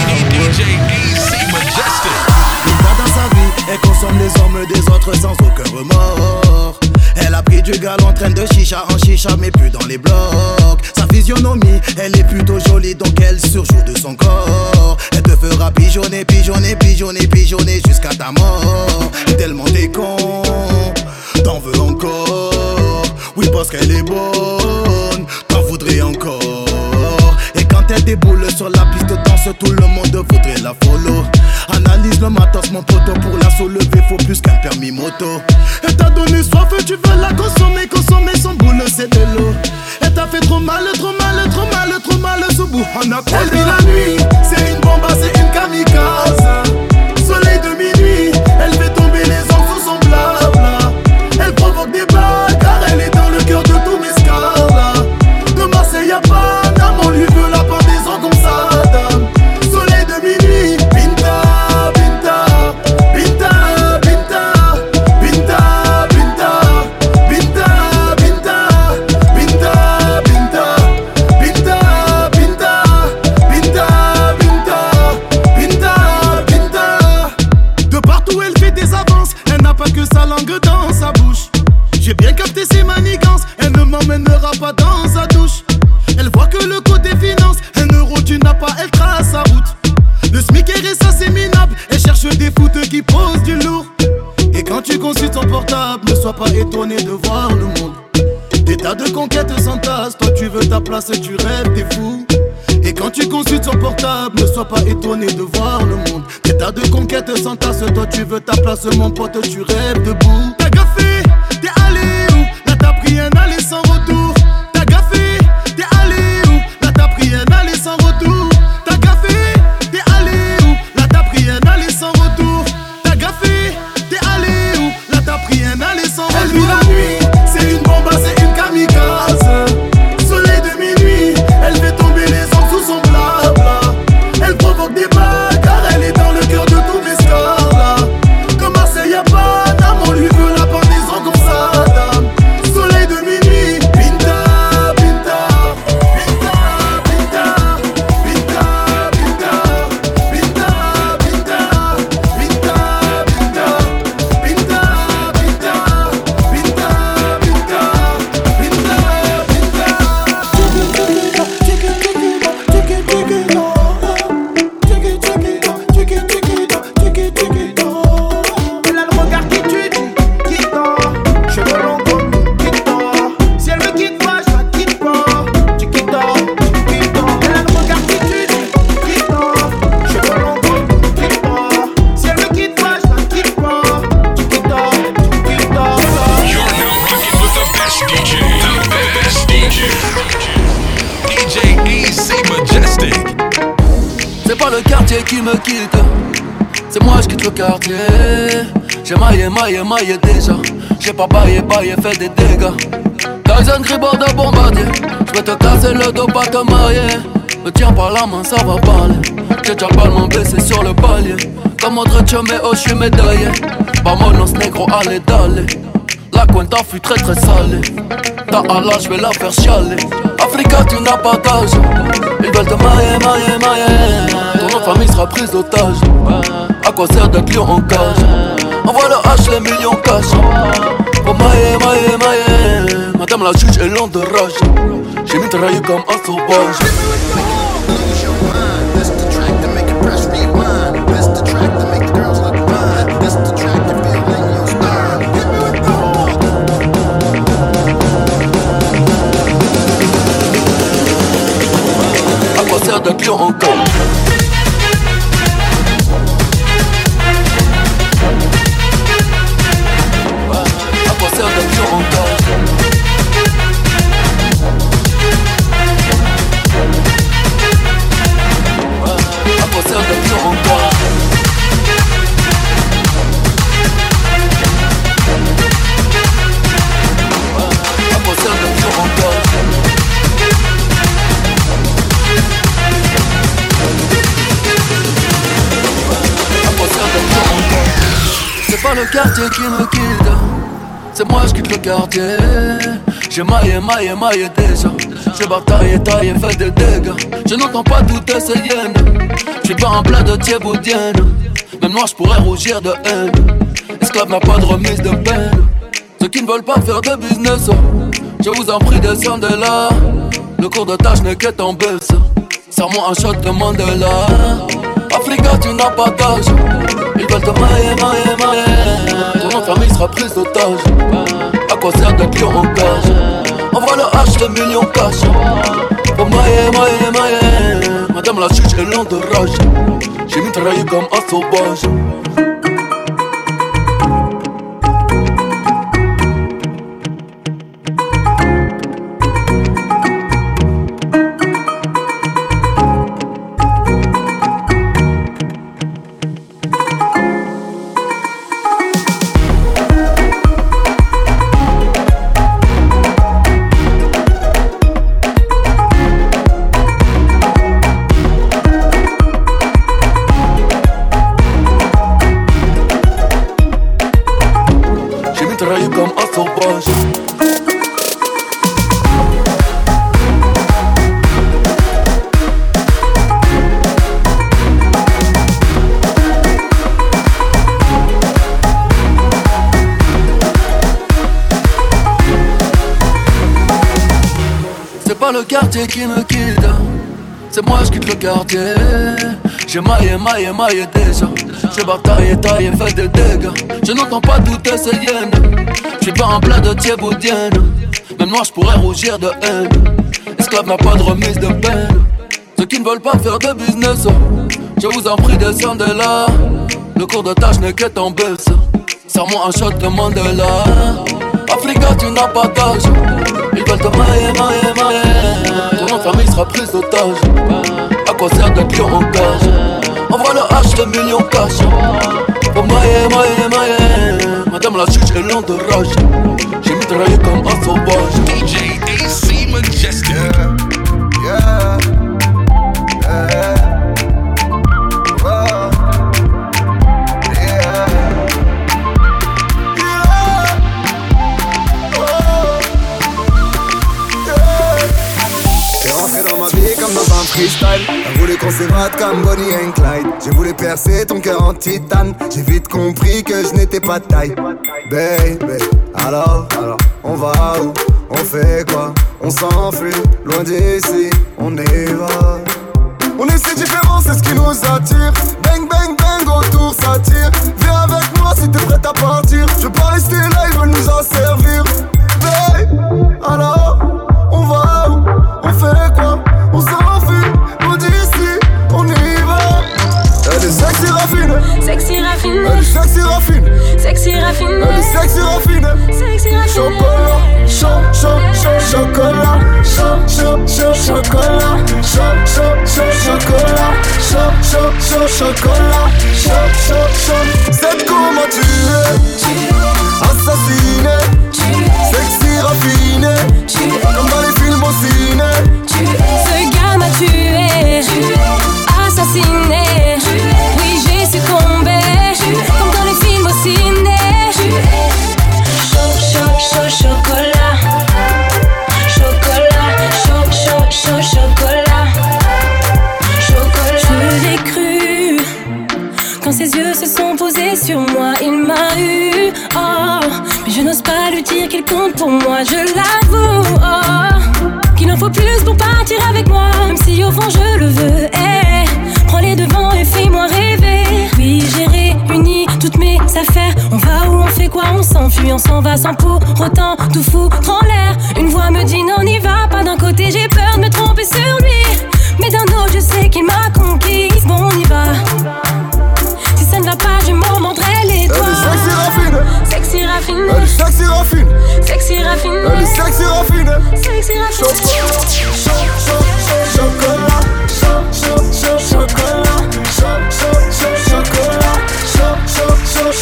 D J A C Majestic. Une fois dans sa vie, elle consomme les hommes des autres sans aucun remords. Elle a pris du gal en train de chicha en chicha mais plus dans les blocs. Sa physionomie, elle est plutôt jolie donc elle surjoue de son corps. Elle te fera pigeonner, pigeonner, pigeonner, pigeonner jusqu'à ta mort. Tellement t'es con, t'en veux encore. Oui parce qu'elle est bonne, t'en voudrais encore. Et quand elle déboule sur la piste de danse, tout le monde voudrait la follow. Analyse le matos mon poteau, pour la soulever faut plus qu'un permis moto. Elle t'a donné soif, tu veux la consommer, consommer son boule c'est de l'eau. Elle t'a fait trop mal, trop mal, trop mal, trop mal ce bout. On a elle vit la nuit, c'est une bombe, c'est une kamikaze. Soleil de minuit, elle fait tomber les hommes sous son blabla. Elle provoque des balles car elle est dans le cœur de tous mes scars. De Marseille à Paname, on lui veut la pendaison comme ça, dame. Soleil de minuit, Pinta, Pinta, Pinta, Pinta, Pinta, Pinta, Pinta, Pinta, Pinta, Pinta, Pinta, Pinta, Pinta, Pinta, Pinta, Pinta, J'ai bien capté ses manigances, elle ne m'emmènera pas dans sa douche. Elle voit que le côté finance, un euro tu n'as pas, elle trace sa route. Le SMIC est R S A c'est minable, elle cherche des foutes qui posent du lourd. Et quand tu consultes son portable, ne sois pas étonné de voir le monde. Des tas de conquêtes s'entassent, toi tu veux ta place et tu rêves, t'es fou. Et quand tu consultes son portable, ne sois pas étonné de voir le monde. Des tas de conquêtes s'entassent, toi tu veux ta place, mon pote, tu rêves debout. T'as gaffé, t'es allé où? Là t'as pris un aller sans retour. T'as gaffé, t'es allé où? Là t'as pris un aller sans retour. T'as gaffé, t'es allé où? Là t'as pris un aller sans retour. T'as gaffé, t'es allé où? Là t'as pris un aller sans retour. Elle vit la nuit, c'est une bombe, c'est une kamikaze. Soleil de minuit, elle fait tomber les hommes sous son blabla. Elle provoque des balles car elle est dans le cœur de tous mes scores là. Comme Marseille y'a pas d'âme, on lui veut la pendaison comme ça dame. Soleil de minuit, Pinta, Pinta, Pinta, Pinta, Pinta, Pinta, Pinta, Pinta, Pinta, Pinta, Pinta, Pinta, Elle a le regard qui tue, dit quitte-toi. Cheveux longs comme quitte-toi. Si elle me quitte pas, je la quitte pas. Tu quitte-toi, tu quitte-toi. Elle a le regard qui tue, dit quitte-toi. Cheveux longs comme quitte-toi. Si elle me quitte pas, je la quitte pas. Tu quitte-toi, tu quitte-toi. You're now rocking with the best D J, the best D J, D J A C Majestic. C'est pas le quartier qui me quitte, c'est moi je quitte le quartier. J'ai maillé, maillé, maillé déjà. J'ai pas baillé, baillé, fait des dégâts. Tyson Gribord de bombardier. J'vais te casser le dos, pas te marier. Me tiens par la main, ça va parler. J'ai déjà le ballon baissé sur le palier. Comme autre chumé, oh j'suis médaillé. Vamonos négro, allez d'aller. La cuenta fut très très salée. Ta Allah, j'vais la faire chialer. Africa, tu n'as pas d'âge. Ils veulent te mailler, mailler, mailler. Ton nom de famille sera prise d'otage. À quoi sert d'être lion en cage? Envoie le H, les millions cash. Pour mailler, mailler, mailler. Madame la juge est lente de rage. J'ai mitraillé comme un sauvage. À quoi sert d'être lion en cage? À quoi sert d'être lion en cage? À quoi sert d'être lion en cage? À quoi sert d'être lion en cage? C'est pas le quartier qui me quitte, c'est moi je quitte le quartier. J'ai maillé, maillé, maillé déjà. J'ai bataillé, taillé, fait des dégâts. Je n'entends pas toutes ces hyènes. J'suis pas en plein de thieboudienne. Même moi j'pourrais rougir de haine. Esclave n'a pas de remise de peine. Ceux qui ne veulent pas faire de business, je vous en prie descendez là. Le cours de tâche n'est qu'être en baisse. Serre-moi un shot de Mandela. Africa, tu n'as pas d'âge. Ils veulent te mailler, mailler, mailler. Ton nom de famille sera prise d'otage. À quoi sert d'être lion en cage? Envoie le H, les millions cash. Pour mailler, mailler, mailler. Madame la juge est lente de rage. J'ai mitraillé comme un sauvage. Comme un sauvage. pas le quartier qui me quitte, c'est moi je quitte le quartier. J'ai maillé, maillé, maillé déjà. J'ai bataillé, taillé, fait des dégâts. Je n'entends pas toutes ces hyènes. J'suis pas en plein de thieboudienne. Même moi j'pourrais rougir de haine. Esclave n'a pas de remise de peine. Ceux qui ne veulent pas faire de business, je vous en prie descendez là. Le cours de tâche n'est qu'être en baisse. Serre-moi un shot de Mandela. Africa tu n'as pas d'âge. Ils veulent te mailler, mailler, mailler. Ton nom de famille sera prise d'otage. À quoi sert d'être lion en cage? Envoie le H, le million cash. Pour mailler, mailler, mailler. Madame la juge est lente de rage. J'ai mitraillé comme un sauvage. D J A C Majestic. Yeah, yeah. Oh, yeah. Yeah. Oh, yeah. T'es rentré dans ma vie comme dans un freestyle. T'as voulu qu'on s'évade comme Bonnie and Clyde. J'ai voulu percer ton cœur en titane. J'ai vite compris que je n'étais pas de taille. Baby, alors, alors, on va où? On fait quoi? On s'enfuit, loin d'ici, on y va. On est si différents, c'est ce qui nous attire. Bang, bang, bang, autour ça tire. Viens avec moi si t'es prête à partir. Je veux pas rester là, ils veulent nous en servir. Babe, alors, on va où? On fait quoi? On s'enfuit, loin d'ici, on y va. Elle est sexy raffine. Sexy raffine. Elle est sexy raffine. Sexy raffine. Elle est sexy raffine. Sexy raffine. Chocolat, chaud, chaud, chaud, chocolat. Chaud, chaud, chaud, chocolat. Chaud, chaud, chaud, chocolat. Chaud, chaud, chaud, chocolat. Chaud, chaud, chaud. C'est comment tu es. Assassiné. Sexy raffiné. Comme dans les films au ciné. Ce gars m'a tué. Assassiné. Oui, j'ai succombé. Comme dans les films au ciné. Chaud, chaud, chaud, chocolat. Chocolat, chaud, chaud, chaud, chocolat. Chocolat. Je l'ai cru. Quand ses yeux se sont posés sur moi, il m'a eu. Oh, mais je n'ose pas lui dire qu'il compte pour moi, je l'avoue. Oh, qu'il en faut plus pour partir avec moi, même si au fond je le veux. Hey, prends les devants et fais-moi rêver. Oui, j'ai réuni toutes mes affaires. On va où, on fait quoi, on s'enfuit, on s'en va sans pour autant tout foutre en l'air. Une voix me dit non, n'y va pas. D'un côté j'ai peur de me tromper sur lui, mais d'un autre je sais qu'il m'a conquise. Bon, on y va. Si ça ne va pas, je m'en mordrai les doigts. Elle est sexy raffine. Sexy raffine. Elle est sexy raffine. Sexy raffine. Elle est sexy raffine. Sexy raffine. Chocolat, chocolat, chocolat, chocolat, chocolat, chocolat,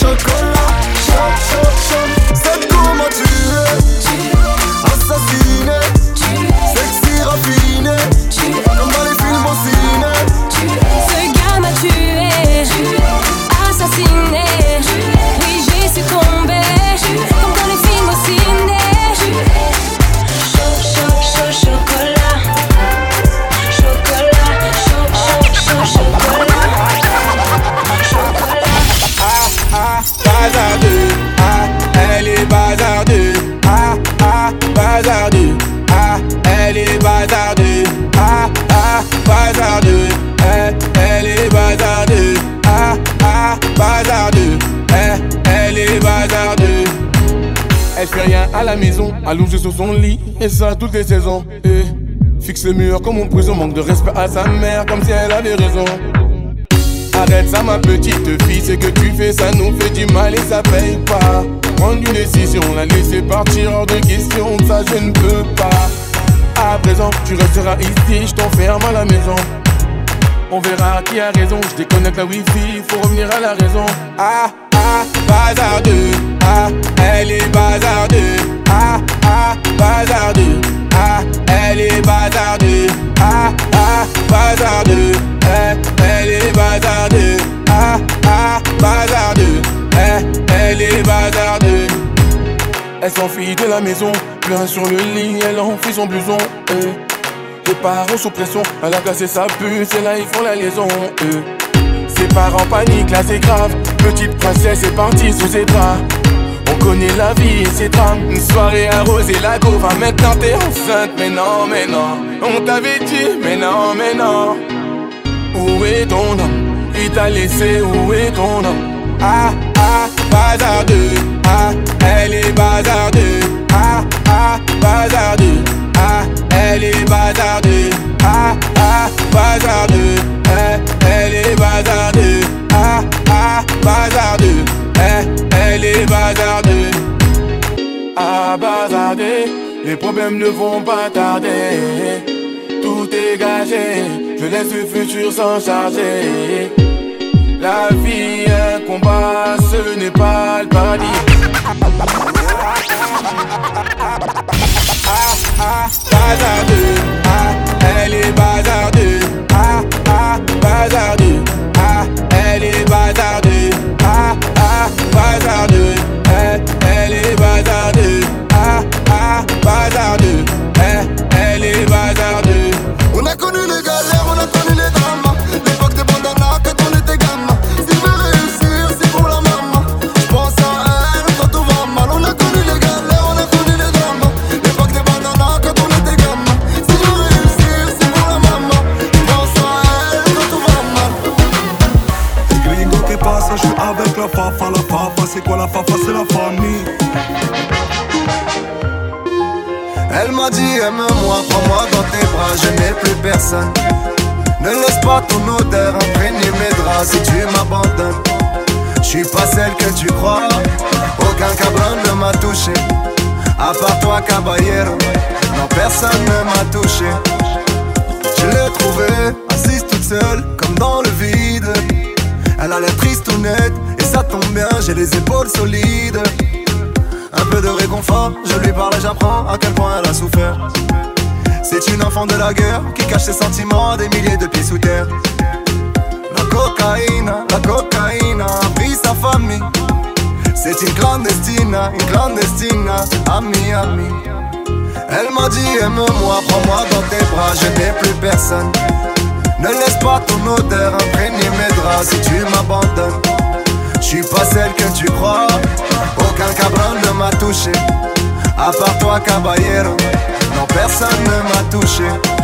chocolat. C'est comment tu es. Assassiné. Sexy raffiné. Comme dans les films au ciné. Ce gars m'a tué. Assassiné. Oui, j'ai succombé. Comme dans les films au ciné. Chaud, chaud, chaud, chocolat. Chocolat, chaud, chaud, chaud, chocolat. Chocolat. Ah, ah, bazardeux. Ah, elle est bazardeux. Ah, ah, bazardeux. Ah, elle est bazardeux. Ah, ah, bazardeux. Eh, elle est bazardeux. Ah, ah, bazardeux. Eh, elle est bazardeux. Elle fait rien à la maison, allongée sur son lit, et ça toutes les saisons. Eh, fixe le mur comme en prison, manque de respect à sa mère, comme si elle avait raison. Arrête ça ma petite fille, ce que tu fais ça nous fait du mal et ça paye pas. Prendre une décision, la laisser partir hors de question, ça je ne peux pas. À présent, tu resteras ici, je t'enferme à la maison. On verra qui a raison, je déconnecte la wifi, faut revenir à la raison. Ah, ah, bazardeux. Ah, elle est bazardeux. Ah, ah, bazardeux. Ah, elle est bazardeux. Ah, ah, bazardeux. Eh, elle est bazardeux. Ah, ah, bazardeux. Eh, elle est bazardeux. Elle s'enfuit de la maison, plein sur le lit, elle enfuit son blouson. Eh. Les parents sous pression, elle a cassé sa puce et là ils font la liaison. Eh. Ses parents paniquent, là c'est grave. Petite princesse est partie sous ses draps. On connais la vie, c'est drame. Une soirée arrosée, la go va maintenant t'es enceinte. Mais non, mais non, on t'avait dit, mais non, mais non. Où est ton homme? Il t'a laissé, où est ton homme? Ah, ah, bazardeux. Ah, elle est bazardeux. Ah, ah, bazardeux. Ah, elle est bazardeux. Ah, ah, bazardeux. Eh, elle est bazardeux. Ah, ah, bazardeux. Eh, elle est bazardeux. Ah, bazardeux. Les problèmes ne vont pas tarder. Tout est gagé. Je laisse le futur s'en charger. La vie est un combat, ce n'est pas le paradis. Ah, ah, bazardeux. Ah, elle est bazardeux. Ah, ah, bazardeux. Ah, elle est bazardeux. Ah, ah, bazardeux. Eh, elle est bazardeux. Ah, ah, bazardeux. Eh, elle est bazardeux. On a connu les galères, on a connu les drames. L'époque des bandanas quand on était gamin. Si je veux réussir, c'est pour la maman. Je pense à elle quand tout va mal. On a connu les galères, on a connu les drames. L'époque des bandanas quand on était gamin. Si je veux réussir, c'est pour la maman. Je pense à elle quand tout va mal. Gringo qui passe, je suis avec la fafa. La fafa, c'est quoi la fafa? C'est la famille. Elle m'a dit aime-moi, prends-moi dans tes bras, je n'ai plus personne. Ne laisse pas ton odeur imprégner mes draps si tu m'abandonnes. Je suis pas celle que tu crois, aucun cabron ne m'a touché. À part toi caballero, non personne ne m'a touché. Je l'ai trouvée, assise toute seule, comme dans le vide. Elle a l'air triste ou nette, et ça tombe bien, j'ai les épaules solides. Un peu de réconfort, je lui parle et j'apprends à quel point elle a souffert. C'est une enfant de la guerre qui cache ses sentiments à des milliers de pieds sous terre. La cocaïne, la cocaïne a pris sa famille. C'est une clandestine, une clandestine à Miami. Elle m'a dit aime-moi, prends-moi dans tes bras, je n'ai plus personne. Ne laisse pas ton odeur imprégner mes draps si tu m'abandonnes. Je suis pas celle que tu crois, aucun cabron ne m'a touché. À part toi caballero, non personne ne m'a touché.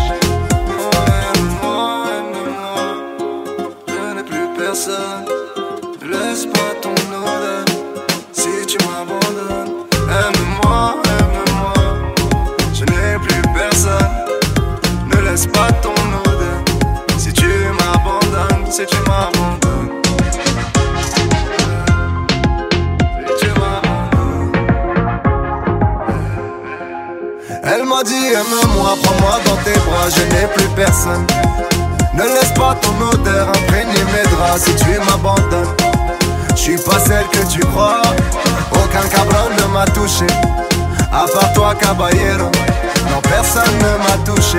Je n'ai plus personne, ne laisse pas ton odeur si tu m'abandonnes. Aime-moi, aime-moi, je n'ai plus personne. Ne laisse pas ton odeur si tu m'abandonnes, si tu m'abandonnes. Elle m'a dit aime-moi, prends-moi dans tes bras, je n'ai plus personne. Ne laisse pas ton odeur imprégner mes draps si tu m'abandonnes. Je suis pas celle que tu crois, aucun cabron ne m'a touché. À part toi caballero, non personne ne m'a touché.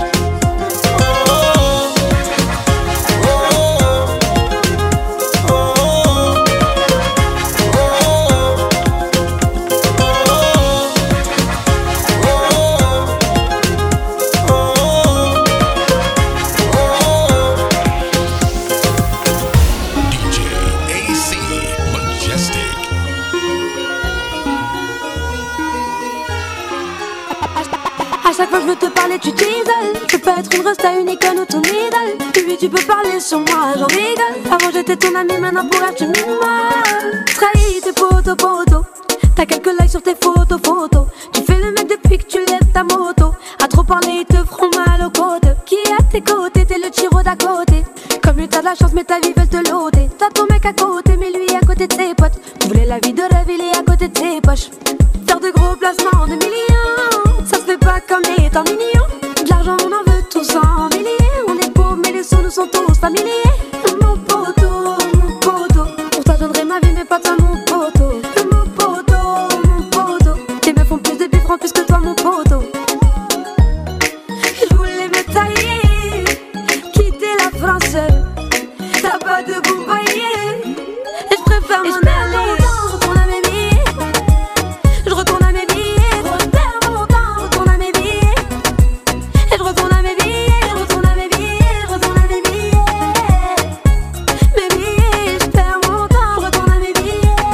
Chaque fois que je veux te parler tu t'isoles. Je peux être une resta, une icône ou ton idole. Oui tu peux parler sur moi, j'en rigole. Avant j'étais ton ami, maintenant pour être une mal. Trahis tes potos, potos. T'as quelques likes sur tes photos, photos. Tu fais le mec depuis que tu lèves ta moto. À trop parler ils te feront mal aux côtes. Qui est à tes côtés, t'es le tiro d'à côté. Comme lui t'as de la chance mais ta vie veut te loader. T'as ton mec à côté mais lui à côté de ses potes. Tu voulais la vie de rêve, il est à côté de ses poches. Faire de gros placements de millions, ça se fait pas comme les temps mignons. De l'argent on en veut tous en milliers. On est pauvres mais les sous nous sont tous familiers. Mon poteau, mon poteau, pour toi je donnerai ma vie mais pas toi mon poteau. Mon poteau, mon poteau, tes meufs font plus de bif, plus que toi mon poteau. Je voulais me tailler, quitter la France. T'as pas de bon payer, et je préfère m'en aller. Retourne à mes billets, je retourne à mes billets. Je perds mon temps, retourne à mes billets. Et je retourne à mes billets, je retourne à mes billets, je retourne à mes billets. Mes billets, je perds mon temps, je retourne à mes billets.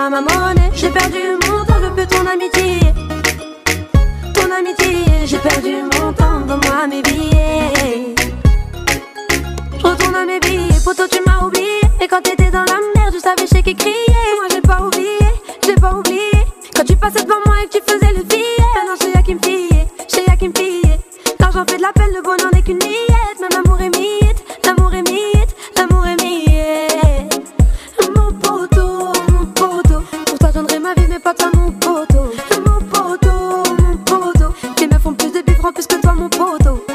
à ma monnaie. J'ai perdu mon temps, je veux plus ton amitié. Ton amitié, j'ai perdu mon temps, donne-moi mes billets. Je retourne à mes billets, poto tu m'as oublié. Et quand t'étais dans la merde, je savais chez qui crier. Moi j'ai pas oublié, j'ai pas oublié. Quand tu passais devant moi et que tu faisais le billet. Maintenant je sais y'a qui me pillait, je sais y'a qui me pillait. L'argent fait de la peine, le bonheur n'est qu'une miette. Même l'amour est miette, l'amour est miette, l'amour est miette. Mon poteau, mon poteau, pour toi je donnerais ma vie mais pas toi mon poteau. Mon poteau, mon poteau, les meufs font plus de bifrons plus que toi mon poteau.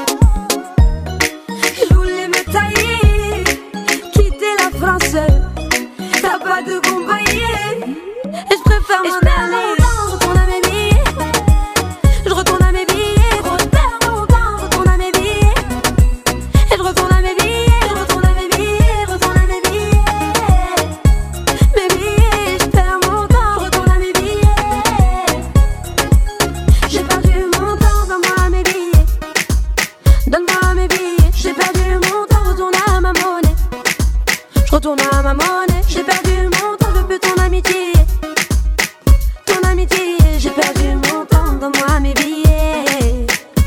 Je voulais me tailler, quitter la France. T'as pas de compagnie et je préfère m'en aller. Je retourne à mes billets, je retourne à mes billets. Je perds mon temps, je retourne à mes billets. Et je retourne à mes billets, je retourne à mes billets, je retourne à mes billets. Mes billets, je perds mon temps, je retourne à mes billets. J'ai perdu mon temps, donne-moi mes billets. Donne-moi mes billets, j'ai perdu mon temps, retourne à ma monnaie. Je retourne à ma monnaie, j'ai perdu mon temps, je veux plus ton amitié. Ton amitié, j'ai perdu mon temps, donne-moi mes billets.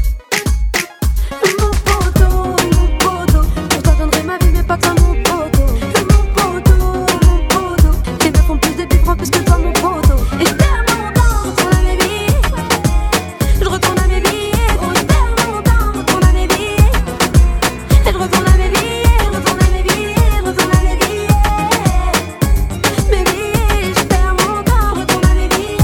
Mon poteau, mon poteau, pour toi donnerais ma vie mais pas toi mon poteau. Mon poteau, mon poteau, les meufs font plus de bifrons plus que toi mon poteau. Et je perds mon temps, je retourne à mes billets. Je retourne à mes billets, oh je perds mon temps, je retourne à mes billets. Et je retourne à mes billets, je retourne à mes billets, je retourne à mes billets. Mes billets, je perds mon temps, je retourne à mes billets.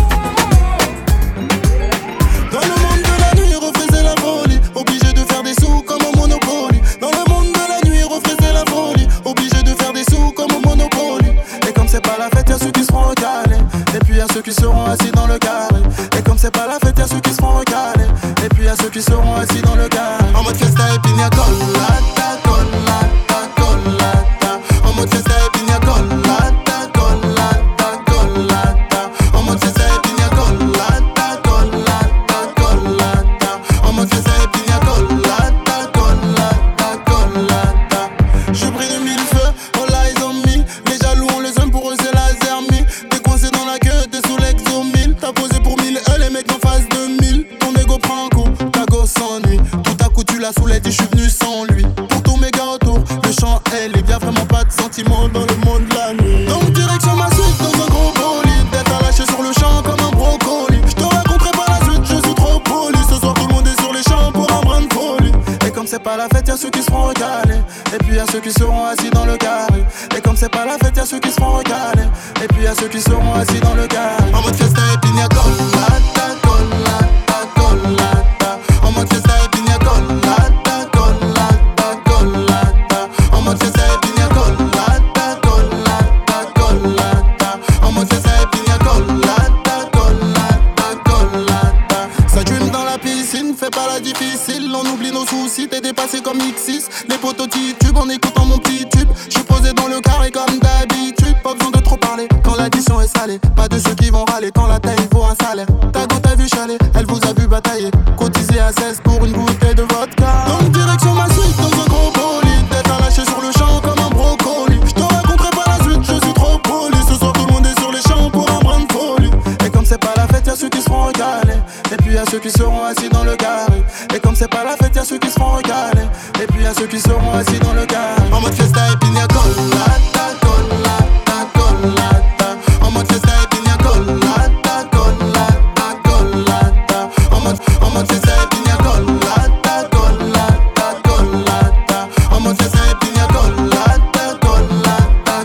Dans le monde de la nuit, refaisait la folie, obligé de faire des sous comme au Monopoly. Dans le monde de la nuit, refaisait la folie, obligé de faire des sous comme au Monopoly. Et comme c'est pas la fête, y'a ceux qui seront recalés. Et puis y'a ceux qui seront assis dans le carré. Et comme c'est pas la fête, y'a ceux qui seront recalés. Et puis y'a ceux qui seront assis dans le carré. En mode fiesta et pina colada, colada, colada. En mode fiesta et pina colada, colada, colada. En mode fiesta et pina colada, colada, colada. En mode fiesta et pina colada, colada, colada. Je brille de mille feux, all eyes on me. Les jaloux on les aime, pour eux c'est la zermie. T'es coincé dans la queue, t'es sous l'exomile. T'as posé pour mille E, les mecs en face de mille. Ton ego prend un coup, ta gosse s'ennuie. Tout à coup tu la soulèves et je suis venu sans lui. Pour tous mes gars autour, le chant elle est bien, vraiment pas de sentiments dans le monde de la nuit. Donc direction ma suite dans un gros bolide. D'être à lâcher sur le champ comme un brocoli. Je te raconterai pas la suite, je suis trop poli. Ce soir tout le monde est sur les champs pour un brin de folie. Et comme c'est pas la fête, y'a ceux qui seront recalés. Et puis y'a ceux qui seront assis dans le carré. Et comme c'est pas la fête, y'a ceux qui seront recalés. Et puis y'a ceux qui seront assis dans le carré. En mode fiesta et pina colada, colada, colada. En mode fiesta et pina colada, colada, colada. En mode fiesta et pina colada, colada, colada. En mode fiesta et pina colada, colada, colada. Ça dream dans la piscine, fais pas la difficile. On oublie nos soucis, t'es dépassé comme X six. Les potos titubent en écoutant mon petit tube. J'suis posé dans le carré comme d'habitude. Pas besoin de trop parler quand l'addition est salée. Pas de ceux qui vont râler quand la taille vaut un salaire. Ta go t'a vu chaler, elle vous a vu batailler. Cotiser à seize pour une bouteille de vodka. Donc direction ma suite dans un gros bolide. D'être à lâcher sur le champ comme un brocoli. J'te raconterai pas la suite, je suis trop poli. Ce soir tout le monde est sur les champs pour un brin de folie. Et comme c'est pas la fête, y'a ceux qui seront recalés. Et puis y'a ceux qui seront assis dans le carré. Et comme c'est pas la fête, y'a ceux qui seront recalés. Et puis y'a ceux qui seront assis dans le carré. En mode fiesta et pina colada, colada, colada. En mode fiesta et pina colada, colada, colada. En mode, en mode fiesta et pina colada, colada, colada. En mode fiesta et pina colada, colada,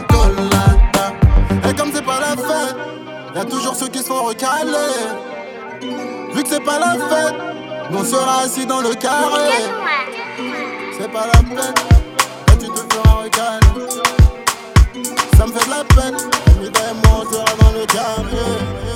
colada. Et comme c'est pas la fête, y'a toujours ceux qui se font recaler. Vu que c'est pas la fête, on sera assis dans le carré. C'est pas la peine, quand tu te feras recaler. Ça me fait de la peine, mais moi on sera dans le carré.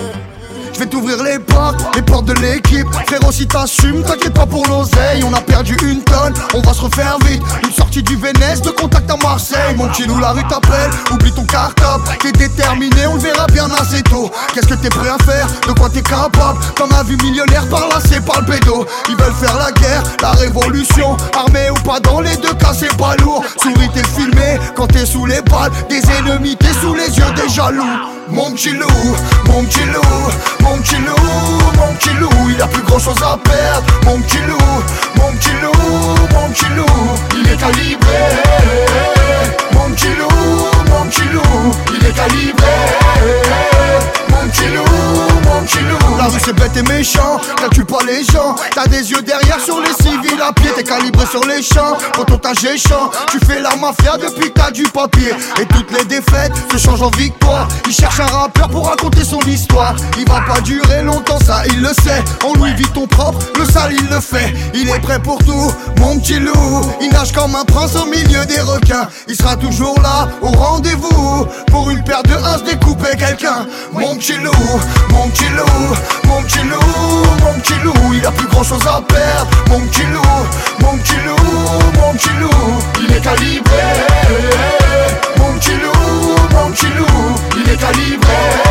Je vais t'ouvrir les portes, les portes de l'équipe. Frérot si t'assumes, t'inquiète pas pour l'oseille. On a perdu une tonne, on va se refaire vite. Une sortie du Vénès, de contact à Marseille. Mon petit loup, la rue t'appelle, oublie ton cartable. T'es déterminé, on le verra bien assez tôt. Qu'est-ce que t'es prêt à faire, de quoi t'es capable? T'en as vu millionnaire par là, c'est pas le pédo. Ils veulent faire la guerre, la révolution. Armé ou pas, dans les deux cas c'est pas lourd. Souris t'es filmé, Quand t'es sous les balles des ennemis, t'es sous les yeux des jaloux. Mon petit loup, mon petit loup, mon petit loup, mon petit loup, il a plus grand chose à perdre. Mon petit loup, mon petit loup, mon petit loup, il est calibré. Mon petit loup, mon petit loup, il est calibré. Mon petit loup, mon petit loup. La rue c'est bête et méchant, t'as tué pas les gens. T'as des yeux derrière sur les civils à pied. T'es calibré sur les champs, quand on t'a géchant. Tu fais la mafia depuis que t'as du papier. Et toutes les défaites se changent en victoire. Il cherche un rappeur pour raconter son histoire. Il va pas durer longtemps, ça il le sait. En Louis Vuitton propre, le sale il le fait. Il est prêt pour tout, mon petit loup. Il nage comme un prince au milieu des requins. Il sera toujours là, au rendez-vous. Pour une paire de uns découper quelqu'un. Mon petit loup, mon petit loup, mon petit loup, mon petit loup. Il a plus grand chose à perdre. Mon petit loup, mon petit loup, mon petit loup. Il est calibré. Mon petit loup, mon petit loup, il est calibré.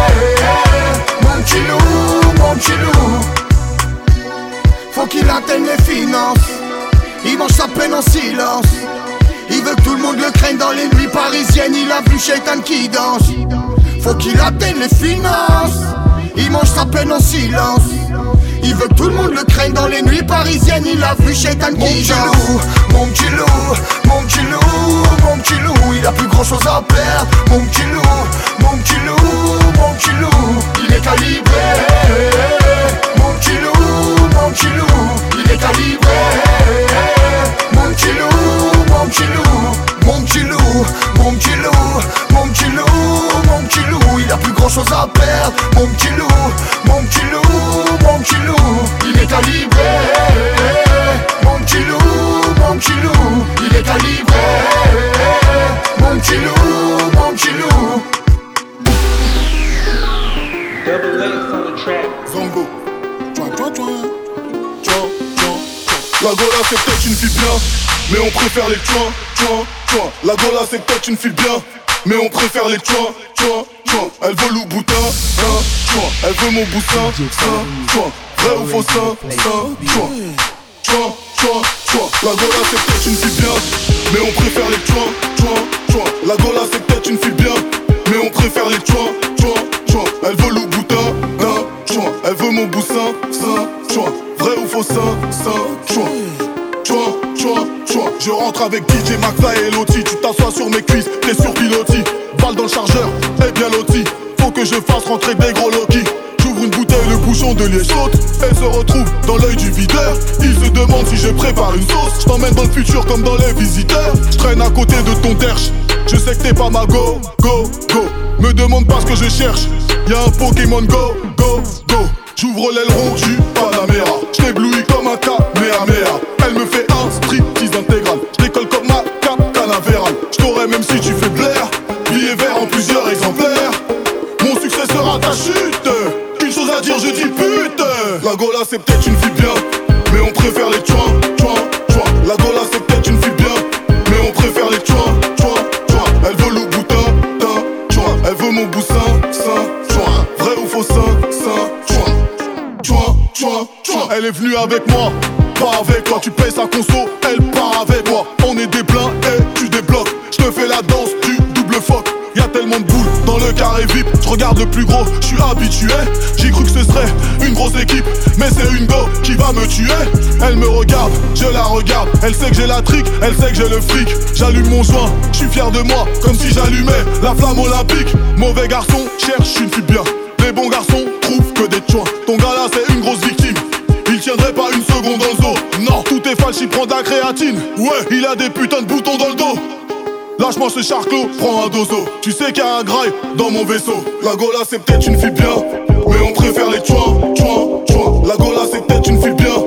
Mon petit loup, mon petit loup. Faut qu'il atteigne les finances. Il mange sa peine en silence. Il veut que tout le monde le craigne dans les nuits parisiennes. Il a vu Shaitan qui danse. Faut qu'il atteigne les finances. Il mange sa peine en silence. Il veut que tout le monde le craigne dans les nuits parisiennes. Il a vu Shaitan qui danse. Mon petit loup, mon petit loup, mon petit loup, il a plus grand chose à perdre. Mon petit loup, mon petit loup, mon petit loup, il est calibré. Mon petit loup, mon petit loup, il est calibré. Mon petit loup, mon petit loup, mon petit loup, mon petit loup, mon petit loup, mon petit loup, il a plus grand chose à perdre. Mon petit loup, mon petit loup, mon petit loup, il est calibré. Mon petit loup, mon petit loup, il est calibré. Mon petit loup, mon petit loup. Double X on the track. Zongo. Tchouin, tchouin, tchouin. Tchouin, tchouin. La Gola c'est peut-être une fille bien, mais on préfère les tchouin, tchouin, tchouin. La Gola c'est peut-être une fille bien, mais on préfère les tchouin, tchouin, tchouin. Elle veut loup boutin, hein, tchouin. Elle veut mon boussin, hein, tchouin. Vrai ou faux sein, hein, tchouin. Tchouin, tchouin, tchouin. La Gola c'est peut-être une fille bien, mais on préfère les tchouin, tchouin, tchouin. La Gola c'est peut-être une fille bien, mais on préfère les tchouin, tchouin, tchouin. Elle veut loup boutin, hein, tchouin. Elle veut mon boussin, hein, tchouin. Vrai ou faux sein, sein, tchouin. Tchouin, tchouin, tchouin. Je rentre avec D J Maxa et Loti. Tu t'assois sur mes cuisses, t'es sur pilotis. Balle dans le chargeur, et bien loti. Faut que je fasse rentrer des gros Loki. J'ouvre une bouteille, le bouchon de liège saute. Elle se retrouve dans l'œil du videur. Il se demande si je prépare une sauce. Je t'emmène dans le futur comme dans les visiteurs. Je traîne à côté de ton derche. Je sais que t'es pas ma go, go, go. Me demande pas ce que je cherche. Y'a un Pokémon go, go, go. J'ouvre l'aileron du Panamera. J't'éblouis comme un Kamehameha. Elle me fait un striptease intégral. J'décolle comme ma Canaveral. J't'aurai même si tu fais blaire. Billet vert en plusieurs exemplaires. Mon succès sera ta chute. Une chose à dire, je dis pute. La Gola c'est peut-être une fille bien, mais on préfère les tchouin, tchouin, tchouin. La Gola c'est peut-être une fille bien, mais on préfère les tchouin, tchouin, tchouin. Elle veut loup boutin, tin, tchouin. Elle veut mon boussin, sein, tchouin. Vrai ou faux sein, sein, tchouin. Tchouin, tchouin, tchouin. Elle est venue avec moi, pas avec toi. Tu payes sa conso, elle part avec moi. On est des pleins et tu débloques. Je te fais la danse du double phoque. Y'a tellement de boules dans le carré V I P. Je regarde le plus gros, je suis habitué. J'ai cru que ce serait une grosse équipe, mais c'est une go qui va me tuer. Elle me regarde, je la regarde. Elle sait que j'ai la trique, elle sait que j'ai le fric. J'allume mon joint, je suis fier de moi, comme si j'allumais la flamme olympique. Mauvais garçon, cherche une fille bien. Les bons garçons trouvent que des tchouins. Ton gars là c'est une grosse victime. Il tiendrait pas une seconde dans le dos. Non, tout est falche, il prend de la créatine. Ouais, il a des putains de boutons dans le dos. Lâche-moi ce charclos, prends un dozo. Tu sais qu'il y a un graille dans mon vaisseau. La Gola c'est peut-être une fille bien, mais on préfère les tchouins, tchouins, tchouins. La Gola c'est peut-être une fille bien,